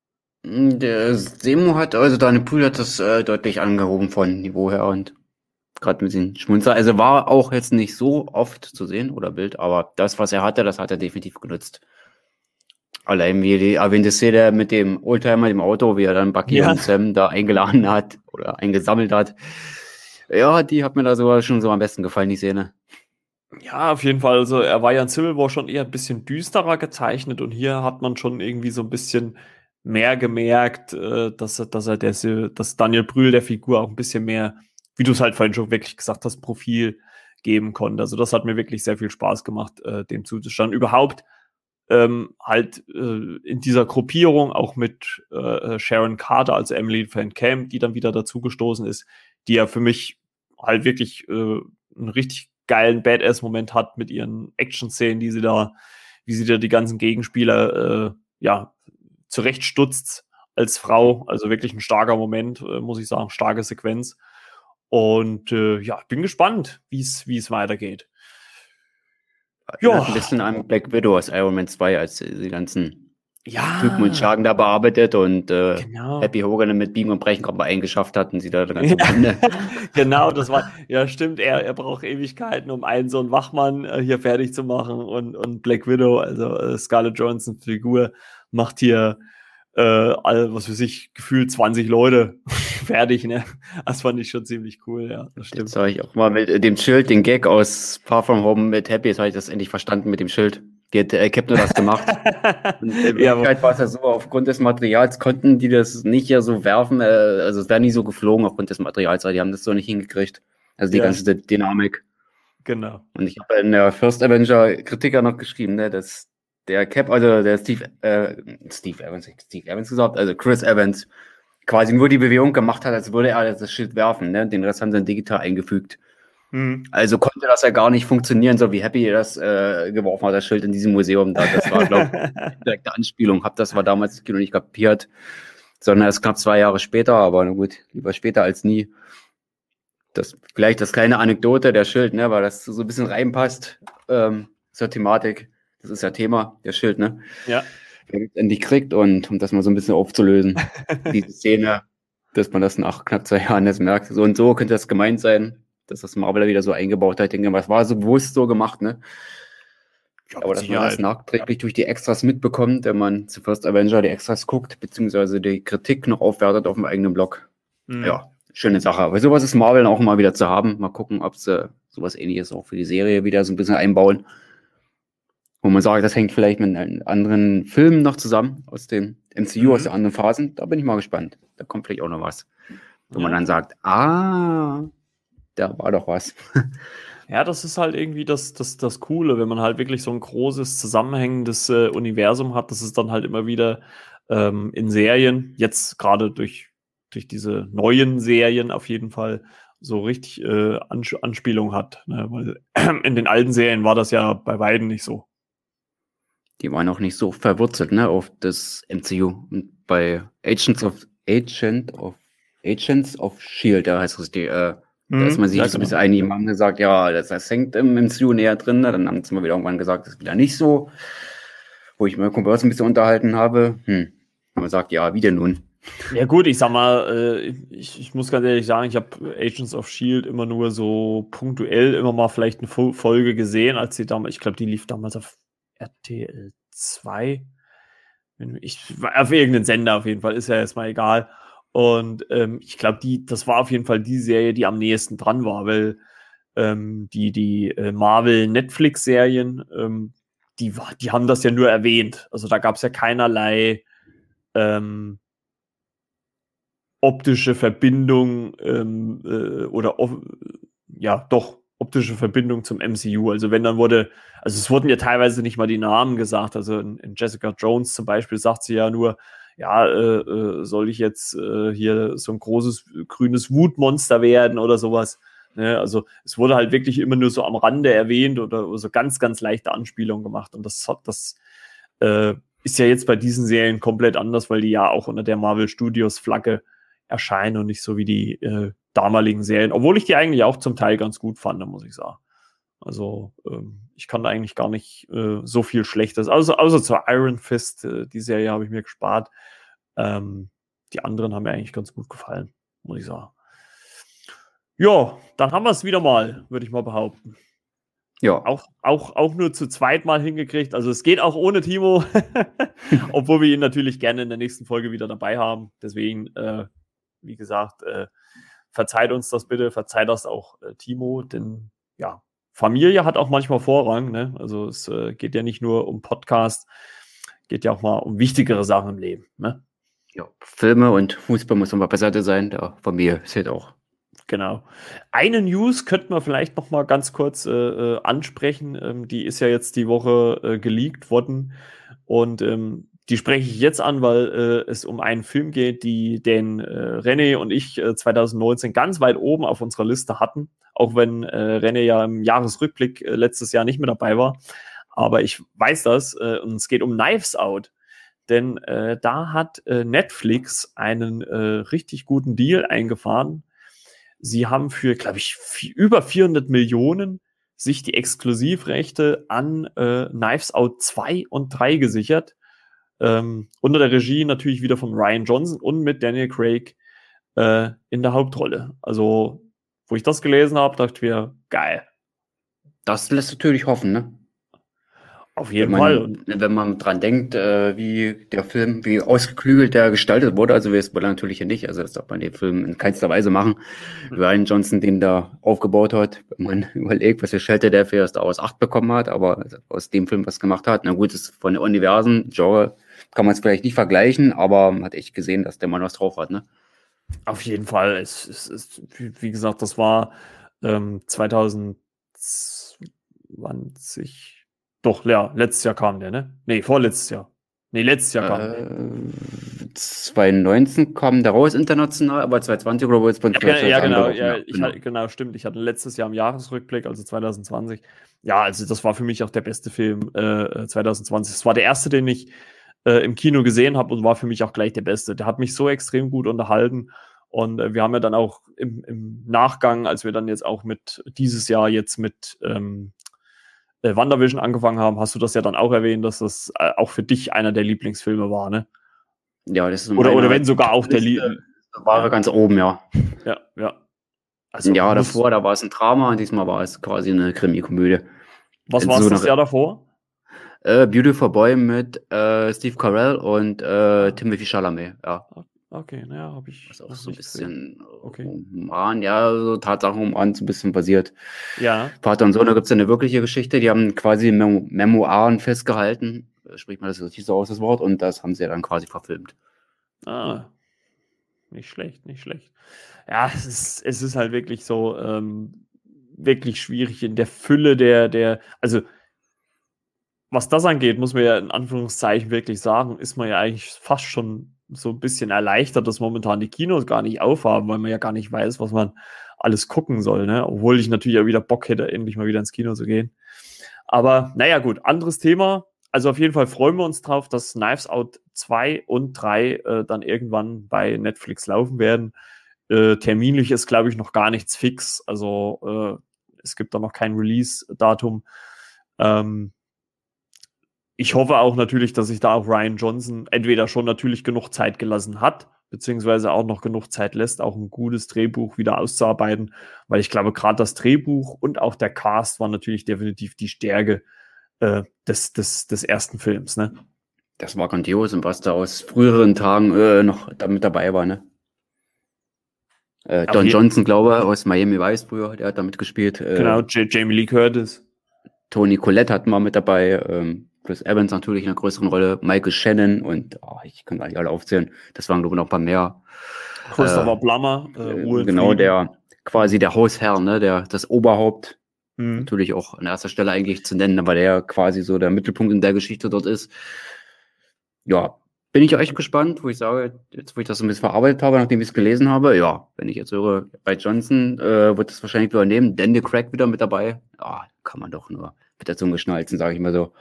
Der Semo hat, also Daniel Brühl hat das äh, deutlich angehoben von Niveau her und gerade mit den Schmunzer. Also war auch jetzt nicht so oft zu sehen oder Bild, aber das, was er hatte, das hat er definitiv genutzt. Allein wie die erwähnte Szene mit dem Oldtimer, dem Auto, wie er dann Bucky Ja. und Sam da eingeladen hat oder eingesammelt hat. Ja, die hat mir da sogar schon so am besten gefallen, die Szene. Ja, auf jeden Fall. Also er war ja in Civil War schon eher ein bisschen düsterer gezeichnet und hier hat man schon irgendwie so ein bisschen mehr gemerkt, äh, dass er, dass er der, dass Daniel Brühl der Figur auch ein bisschen mehr, wie du es halt vorhin schon wirklich gesagt hast, Profil geben konnte. Also das hat mir wirklich sehr viel Spaß gemacht, äh, dem zuzuschauen. Überhaupt ähm, halt äh, in dieser Gruppierung auch mit äh, Sharon Carter, also Emily Van Camp, die dann wieder dazugestoßen ist, die ja für mich halt wirklich äh, einen richtig geilen Badass-Moment hat mit ihren Action-Szenen, die sie da, wie sie da die ganzen Gegenspieler äh, ja zurechtstutzt als Frau. Also wirklich ein starker Moment, äh, muss ich sagen, starke Sequenz. Und äh, ja, bin gespannt, wie es wie es weitergeht. Ja. Ein bisschen an Black Widow aus Iron Man zwei, als die ganzen ja. Typen und Schaden da bearbeitet und äh, genau. Happy Hogan mit Biegen und Brechen gerade mal eingeschafft hat und sie da ganz ja. Genau, das war, ja stimmt, er, er braucht Ewigkeiten, um einen so einen Wachmann äh, hier fertig zu machen und, und Black Widow, also äh, Scarlett Johansson Figur, macht hier äh, all, was für sich gefühlt zwanzig Leute fertig, ne? Das fand ich schon ziemlich cool, ja, das stimmt. Jetzt habe ich auch mal mit dem Schild, den Gag aus Far From Home mit Happy, jetzt habe ich das endlich verstanden mit dem Schild. Die hat äh, Cap nur das gemacht. Und in Wirklichkeit ja, war es ja so, aufgrund des Materials konnten die das nicht ja so werfen, äh, also es wäre nie so geflogen aufgrund des Materials, weil die haben das so nicht hingekriegt. Also die ja. ganze Dynamik. Genau. Und ich habe in der First Avenger Kritiker noch geschrieben, ne, dass der Cap, also der Steve, äh, Steve Evans, Steve Evans gesagt, also Chris Evans, quasi nur die Bewegung gemacht hat, als würde er das Schild werfen, ne? Den Rest haben sie dann digital eingefügt. Hm. Also konnte das ja gar nicht funktionieren, so wie Happy das äh, geworfen hat, das Schild in diesem Museum da. Das war, glaube ich, eine direkte Anspielung. Hab das war damals noch nicht kapiert, sondern erst knapp zwei Jahre später, aber na gut, lieber später als nie. Das, vielleicht das kleine Anekdote, der Schild, ne, weil das so ein bisschen reinpasst ähm, zur Thematik. Das ist ja Thema, der Schild, ne? Ja. Wer es endlich kriegt und um das mal so ein bisschen aufzulösen, diese Szene, dass man das nach knapp zwei Jahren jetzt merkt. So und so könnte das gemeint sein, dass das Marvel wieder so eingebaut hat. Ich denke, was war so bewusst so gemacht, ne? Ja, aber dass man das nachträglich durch die Extras mitbekommt, wenn man zu First Avenger die Extras guckt, beziehungsweise die Kritik noch aufwertet auf dem eigenen Blog. Mhm. Ja, schöne Sache. Aber sowas ist Marvel auch mal wieder zu haben. Mal gucken, ob sie sowas Ähnliches auch für die Serie wieder so ein bisschen einbauen. Wo man sagt, das hängt vielleicht mit anderen Filmen noch zusammen, aus dem M C U, mhm. aus den anderen Phasen. Da bin ich mal gespannt. Da kommt vielleicht auch noch was. Wo ja. man dann sagt, ah, da war doch was. Ja, das ist halt irgendwie das, das, das Coole, wenn man halt wirklich so ein großes, zusammenhängendes äh, Universum hat, das ist dann halt immer wieder ähm, in Serien, jetzt gerade durch, durch diese neuen Serien auf jeden Fall so richtig äh, Ans- Anspielung hat. Ne? Weil in den alten Serien war das ja bei beiden nicht so. Die waren auch nicht so verwurzelt, ne, auf das M C U. Und bei Agents of Agent of Agents of Shield, da heißt es die, äh, mhm, da ist man sich ja, so ein bisschen einig. Die haben gesagt, ja, das, das hängt im M C U näher drin. Ne? Dann haben sie mal wieder irgendwann gesagt, das ist wieder nicht so. Wo ich mir Kumpels ein bisschen unterhalten habe. Hm. Und man sagt, ja, wie denn nun? Ja gut, ich sag mal, äh, ich, ich muss ganz ehrlich sagen, ich habe Agents of Shield immer nur so punktuell immer mal vielleicht eine Fo- Folge gesehen, als sie damals, ich glaube, die lief damals auf R T L zwei. Ich, auf irgendeinen Sender auf jeden Fall, ist ja jetzt mal egal. Und ähm, ich glaube, die, das war auf jeden Fall die Serie, die am nächsten dran war, weil ähm, die, die äh, Marvel-Netflix-Serien, ähm, die, war, die haben das ja nur erwähnt. Also da gab es ja keinerlei ähm, optische Verbindung ähm, äh, oder off- ja, doch optische Verbindung zum M C U. Also wenn dann wurde, also es wurden ja teilweise nicht mal die Namen gesagt. Also in, in Jessica Jones zum Beispiel sagt sie ja nur, ja, äh, äh, soll ich jetzt äh, hier so ein großes grünes Wutmonster werden oder sowas. Ne? Also es wurde halt wirklich immer nur so am Rande erwähnt oder so ganz, ganz leichte Anspielungen gemacht. Und das hat das äh, ist ja jetzt bei diesen Serien komplett anders, weil die ja auch unter der Marvel Studios Flagge erscheinen und nicht so wie die äh, damaligen Serien, obwohl ich die eigentlich auch zum Teil ganz gut fand, muss ich sagen. Also ähm, ich kann da eigentlich gar nicht äh, so viel Schlechtes, also außer zur Iron Fist, äh, die Serie habe ich mir gespart. Ähm, die anderen haben mir eigentlich ganz gut gefallen, muss ich sagen. Ja, dann haben wir es wieder mal, würde ich mal behaupten. Ja. Auch, auch, auch nur zu zweit mal hingekriegt. Also es geht auch ohne Timo, obwohl wir ihn natürlich gerne in der nächsten Folge wieder dabei haben. Deswegen, äh, wie gesagt, äh, verzeiht uns das bitte, verzeiht das auch äh, Timo, denn ja, Familie hat auch manchmal Vorrang. Ne? Also es äh, geht ja nicht nur um Podcast, geht ja auch mal um wichtigere Sachen im Leben. Ne? Ja, Filme und Fußball muss immer beiseite sein, der Familie zählt auch. Genau. Eine News könnten wir vielleicht noch mal ganz kurz äh, äh, ansprechen. Ähm, die ist ja jetzt die Woche äh, geleakt worden und ähm, die spreche ich jetzt an, weil äh, es um einen Film geht, die den äh, René und ich äh, zwanzig neunzehn ganz weit oben auf unserer Liste hatten, auch wenn äh, René ja im Jahresrückblick äh, letztes Jahr nicht mehr dabei war. Aber ich weiß das äh, und es geht um Knives Out. Denn äh, da hat äh, Netflix einen äh, richtig guten Deal eingefahren. Sie haben für, glaube ich, viel, über vierhundert Millionen sich die Exklusivrechte an äh, Knives Out zwei und drei gesichert. Ähm, unter der Regie natürlich wieder von Rian Johnson und mit Daniel Craig äh, in der Hauptrolle. Also, wo ich das gelesen habe, dachte ich mir, geil. Das lässt natürlich hoffen, ne? Auf jeden wenn Fall. man, wenn man dran denkt, äh, wie der Film, wie ausgeklügelt der gestaltet wurde, also wir spoilern natürlich hier nicht, also das darf man den Film in keinster Weise machen. Rian Johnson, den da aufgebaut hat, wenn man überlegt, was für Schelte der für Star Wars acht bekommen hat, aber aus dem Film was gemacht hat, na gut, das ist von den Universen, Genre, kann man es vielleicht nicht vergleichen, aber man hat echt gesehen, dass der Mann was drauf hat, ne? Auf jeden Fall. Es, es, es, wie gesagt, das war ähm, zwanzig zwanzig. Doch, ja, letztes Jahr kam der, ne? Nee, vorletztes Jahr. Nee, letztes Jahr kam der. Äh, zwanzig neunzehn kam der raus international, aber zwanzig zwanzig oder wo jetzt von Ja, ja, genau, ja, ja, ich genau. Hatte, genau, stimmt. Ich hatte letztes Jahr im Jahresrückblick, also zwanzig zwanzig. Ja, also das war für mich auch der beste Film äh, zwanzig zwanzig. Es war der erste, den ich äh, im Kino gesehen habe und war für mich auch gleich der beste. Der hat mich so extrem gut unterhalten. Und äh, wir haben ja dann auch im, im Nachgang, als wir dann jetzt auch mit dieses Jahr jetzt mit ähm, äh, WandaVision angefangen haben, hast du das ja dann auch erwähnt, dass das äh, auch für dich einer der Lieblingsfilme war, ne? Ja, das ist Oder, oder meine wenn sogar auch der Lie Liste, war ja. ganz oben, ja. Ja, ja. Also Ja, muss- davor, da war es ein Drama und diesmal war es quasi eine Krimi-Komödie. Was In war es so das einer- Jahr davor? Äh, Beautiful Boy mit äh, Steve Carell und äh, Timothy Chalamet, ja. Okay, naja, habe ich. Was auch noch so ein nicht gesehen. bisschen Okay. Roman, ja, so Tatsachenroman, so ein bisschen basiert. Ja, Vater und Sohn, da gibt es eine wirkliche Geschichte, die haben quasi Memo Memoiren festgehalten, spricht man das richtig so aus, das Wort, und das haben sie dann quasi verfilmt. ah, nicht schlecht, nicht schlecht. Ja, es ist, es ist halt wirklich so, ähm, wirklich schwierig in der Fülle der, der, also was das angeht, muss man ja in Anführungszeichen wirklich sagen, ist man ja eigentlich fast schon so ein bisschen erleichtert, dass momentan die Kinos gar nicht aufhaben, weil man ja gar nicht weiß, was man alles gucken soll, ne? Obwohl ich natürlich auch wieder Bock hätte, endlich mal wieder ins Kino zu gehen. Aber naja, gut, anderes Thema. Also auf jeden Fall freuen wir uns drauf, dass Knives Out zwei und drei äh, dann irgendwann bei Netflix laufen werden. Äh, terminlich ist, glaube ich, noch gar nichts fix. Also äh, es gibt da noch kein Release-Datum. Ähm, ich hoffe auch natürlich, dass sich da auch Rian Johnson entweder schon natürlich genug Zeit gelassen hat, beziehungsweise auch noch genug Zeit lässt, auch ein gutes Drehbuch wieder auszuarbeiten, weil ich glaube, gerade das Drehbuch und auch der Cast war natürlich definitiv die Stärke äh, des, des, des ersten Films, ne? Das war grandios und was da aus früheren Tagen äh, noch damit dabei war, ne? Äh, Don Johnson, glaube ich, aus Miami Vice früher, der hat da mitgespielt. Äh, genau, J Jamie Lee Curtis. Toni Collette hatten wir mit dabei. Ähm, Chris Evans natürlich in einer größeren Rolle. Michael Shannon und oh, ich kann gar nicht alle aufzählen. Das waren, glaube ich, noch ein paar mehr. Christopher äh, Plummer. Äh, Ruhe genau, Frieden. der quasi der Hausherr, ne, der das Oberhaupt. Mhm. Natürlich auch an erster Stelle eigentlich zu nennen, aber der quasi so der Mittelpunkt in der Geschichte dort ist. Ja, bin ich echt gespannt, wo ich sage, jetzt wo ich das so ein bisschen verarbeitet habe, nachdem ich es gelesen habe, ja, wenn ich jetzt höre, bei Johnson äh, wird das wahrscheinlich übernehmen, Daniel Craig wieder mit dabei, ja, kann man doch nur mit der Zunge schnalzen, sage ich mal so.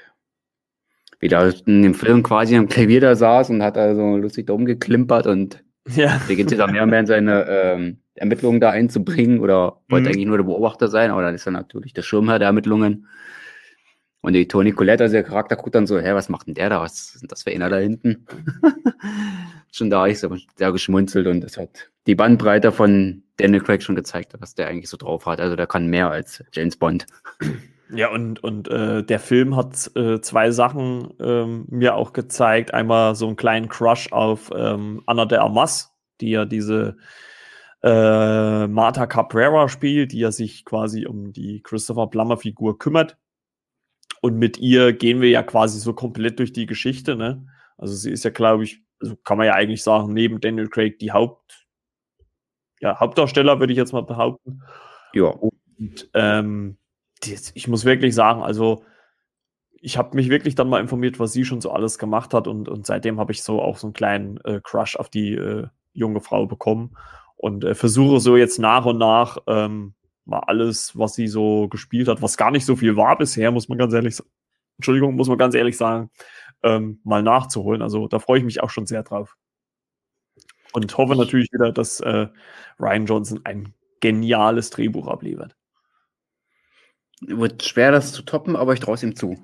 Wie da in dem Film quasi am Klavier da saß und hat da so lustig da rumgeklimpert und Ja. beginnt sich da mehr und mehr in seine ähm, Ermittlungen da einzubringen oder wollte Mhm. eigentlich nur der Beobachter sein, aber dann ist er natürlich der Schirmherr der Ermittlungen. Und die Toni Collette, also der Charakter, guckt dann so, hä, was macht denn der da? Was ist denn das für einer da hinten? Schon da habe ich so sehr geschmunzelt und das hat die Bandbreite von Daniel Craig schon gezeigt, was der eigentlich so drauf hat. Also der kann mehr als James Bond. Ja, und, und äh, der Film hat äh, zwei Sachen ähm, mir auch gezeigt. Einmal so einen kleinen Crush auf ähm, Ana de Armas, die ja diese äh, Marta Cabrera spielt, die ja sich quasi um die Christopher Plummer-Figur kümmert. Und mit ihr gehen wir ja quasi so komplett durch die Geschichte, ne? Also sie ist ja, glaube ich, also kann man ja eigentlich sagen, neben Daniel Craig die Haupt, ja, Hauptdarsteller, würde ich jetzt mal behaupten. Ja. Und ähm, die, ich muss wirklich sagen, also ich habe mich wirklich dann mal informiert, was sie schon so alles gemacht hat und, und seitdem habe ich so auch so einen kleinen äh, Crush auf die äh, junge Frau bekommen und äh, versuche so jetzt nach und nach ähm, mal alles, was sie so gespielt hat, was gar nicht so viel war bisher, muss man ganz ehrlich sagen, Entschuldigung, muss man ganz ehrlich sagen, ähm, mal nachzuholen. Also da freue ich mich auch schon sehr drauf. Und hoffe natürlich wieder, dass äh, Rian Johnson ein geniales Drehbuch abliefert. Wird schwer, das zu toppen, aber ich traue es ihm zu.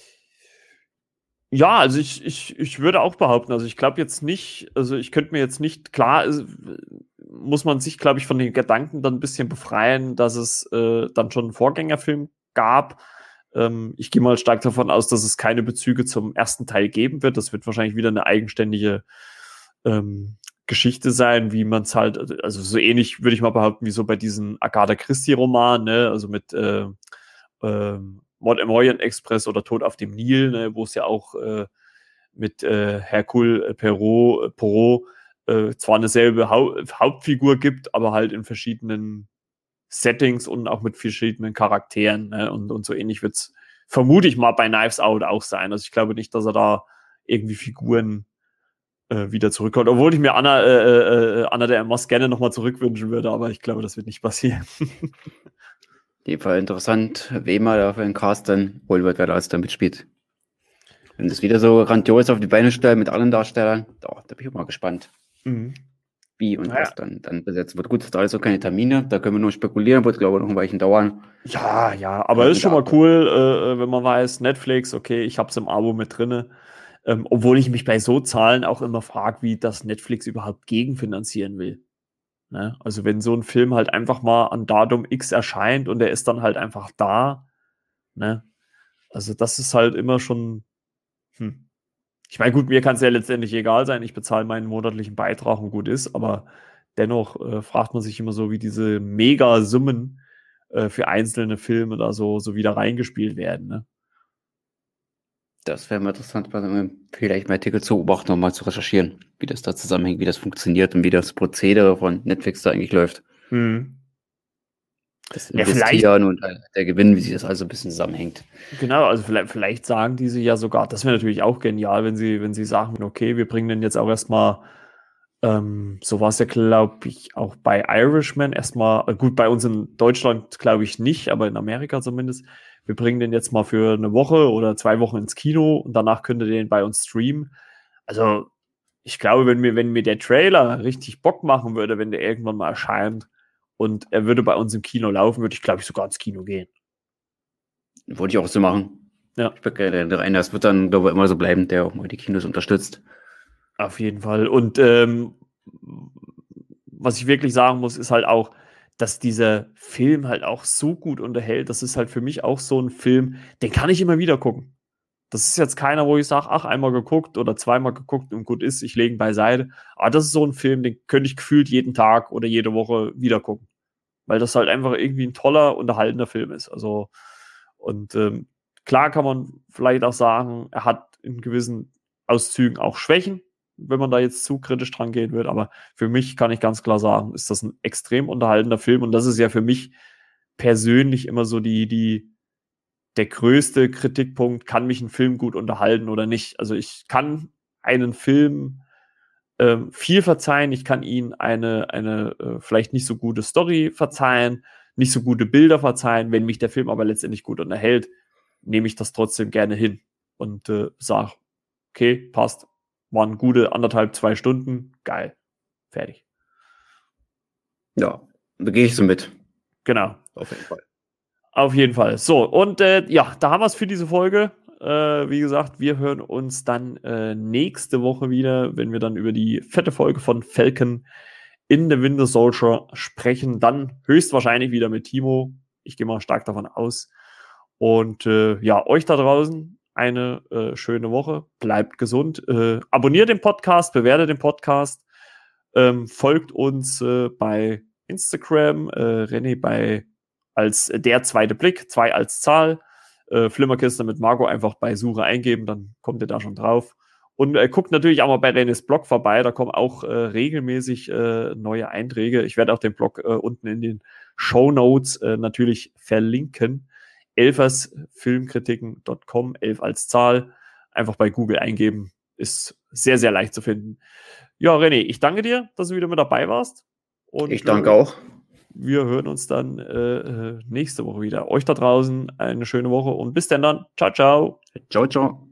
Ja, also ich, ich, ich würde auch behaupten, also ich glaube jetzt nicht, also ich könnte mir jetzt nicht, klar, ist, muss man sich, glaube ich, von den Gedanken dann ein bisschen befreien, dass es äh, dann schon einen Vorgängerfilm gab. Ähm, ich gehe mal stark davon aus, dass es keine Bezüge zum ersten Teil geben wird. Das wird wahrscheinlich wieder eine eigenständige ähm, Geschichte sein, wie man es halt, also so ähnlich würde ich mal behaupten, wie so bei diesen Agatha Christie-Romanen, ne? Also mit äh, ähm, Mord im Orient Express oder Tod auf dem Nil, ne, wo es ja auch äh, mit äh, Hercule Poirot, äh, Poirot äh, zwar eine selbe Hau Hauptfigur gibt, aber halt in verschiedenen Settings und auch mit verschiedenen Charakteren. Ne? Und, und so ähnlich wird es, vermute ich mal, bei Knives Out auch sein. Also ich glaube nicht, dass er da irgendwie Figuren äh, wieder zurückkommt. Obwohl ich mir Anna, äh, äh, Anna der Moss gerne nochmal zurückwünschen würde, aber ich glaube, das wird nicht passieren. In dem Fall interessant, wem er da für den Cast dann holen wird, wer da alles da mitspielt. Wenn das wieder so grandios auf die Beine stellt mit allen Darstellern, da, da bin ich mal gespannt, Mhm. wie und Naja. was dann, dann besetzt wird. Gut, das sind alles so keine Termine, da können wir nur spekulieren, wird glaube ich noch ein Weilchen dauern. Ja, ja, aber Ja, ist mit schon der mal Arbeit. cool, äh, wenn man weiß, Netflix, okay, ich hab's im Abo mit drinne. Ähm, obwohl ich mich bei so Zahlen auch immer frage, wie das Netflix überhaupt gegenfinanzieren will. Ne? Also wenn so ein Film halt einfach mal an Datum X erscheint und der ist dann halt einfach da, ne? Also das ist halt immer schon, hm. Ich meine, gut, mir kann es ja letztendlich egal sein, ich bezahle meinen monatlichen Beitrag und gut ist, aber dennoch äh, fragt man sich immer so, wie diese Megasummen äh, für einzelne Filme da so, so wieder reingespielt werden. Ne? Das wäre mal interessant, mal vielleicht mal Artikel zu beobachten und mal zu recherchieren, wie das da zusammenhängt, wie das funktioniert und wie das Prozedere von Netflix da eigentlich läuft. Mhm. Das Ja, vielleicht, Investieren und halt der Gewinn, wie sich das also ein bisschen zusammenhängt. genau, also vielleicht, vielleicht sagen diese ja sogar, das wäre natürlich auch genial, wenn sie, wenn sie sagen, okay, wir bringen den jetzt auch erstmal, ähm, so war es ja, glaube ich, auch bei Irishman erstmal, äh, gut, bei uns in Deutschland glaube ich nicht, aber in Amerika zumindest, wir bringen den jetzt mal für eine Woche oder zwei Wochen ins Kino und danach könnt ihr den bei uns streamen. Also, ich glaube, wenn mir, wenn mir der Trailer richtig Bock machen würde, wenn der irgendwann mal erscheint und er würde bei uns im Kino laufen, würde ich, glaube ich, sogar ins Kino gehen. Wollte ich auch so machen. Ja. Ich bin gerne der eine, das wird dann, glaube ich, immer so bleiben, der auch mal die Kinos unterstützt. Auf jeden Fall. Und ähm, was ich wirklich sagen muss, ist halt auch, dass dieser Film halt auch so gut unterhält. Das ist halt für mich auch so ein Film, den kann ich immer wieder gucken. Das ist jetzt keiner, wo ich sage, ach, einmal geguckt oder zweimal geguckt und gut ist, ich lege ihn beiseite. Aber das ist so ein Film, den könnte ich gefühlt jeden Tag oder jede Woche wieder gucken. Weil das halt einfach irgendwie ein toller, unterhaltender Film ist. Also, und ähm, klar kann man vielleicht auch sagen, er hat in gewissen Auszügen auch Schwächen, wenn man da jetzt zu kritisch dran gehen wird. Aber für mich kann ich ganz klar sagen, ist das ein extrem unterhaltender Film. Und das ist ja für mich persönlich immer so die, die, der größte Kritikpunkt, kann mich ein Film gut unterhalten oder nicht. Also ich kann einen Film ähm, viel verzeihen, ich kann ihnen eine, eine äh, vielleicht nicht so gute Story verzeihen, nicht so gute Bilder verzeihen. Wenn mich der Film aber letztendlich gut unterhält, nehme ich das trotzdem gerne hin und äh, sage, okay, passt, waren gute anderthalb, zwei Stunden, geil, fertig. Ja, da gehe ich so mit. Genau. Auf jeden Fall. Auf jeden Fall. So, und äh, ja, da haben wir es für diese Folge. Äh, wie gesagt, wir hören uns dann äh, nächste Woche wieder, wenn wir dann über die fette Folge von Falcon in the Winter Soldier sprechen. Dann höchstwahrscheinlich wieder mit Timo. Ich gehe mal stark davon aus. Und äh, ja, euch da draußen eine äh, schöne Woche. Bleibt gesund. Äh, abonniert den Podcast, bewertet den Podcast. Ähm, folgt uns äh, bei Instagram. Äh, René bei als der zweite Blick, zwei als Zahl. Äh, Flimmerkiste mit Marco einfach bei Suche eingeben, dann kommt ihr da schon drauf. Und äh, guckt natürlich auch mal bei Renés Blog vorbei, da kommen auch äh, regelmäßig äh, neue Einträge. Ich werde auch den Blog äh, unten in den Shownotes äh, natürlich verlinken. elfersfilmkritiken punkt com, elf als Zahl. Einfach bei Google eingeben, ist sehr, sehr leicht zu finden. Ja, René, ich danke dir, dass du wieder mit dabei warst. Und, ich danke äh, auch. Wir hören uns dann äh, nächste Woche wieder. Euch da draußen eine schöne Woche und bis dann dann. Ciao, ciao. Ciao, ciao.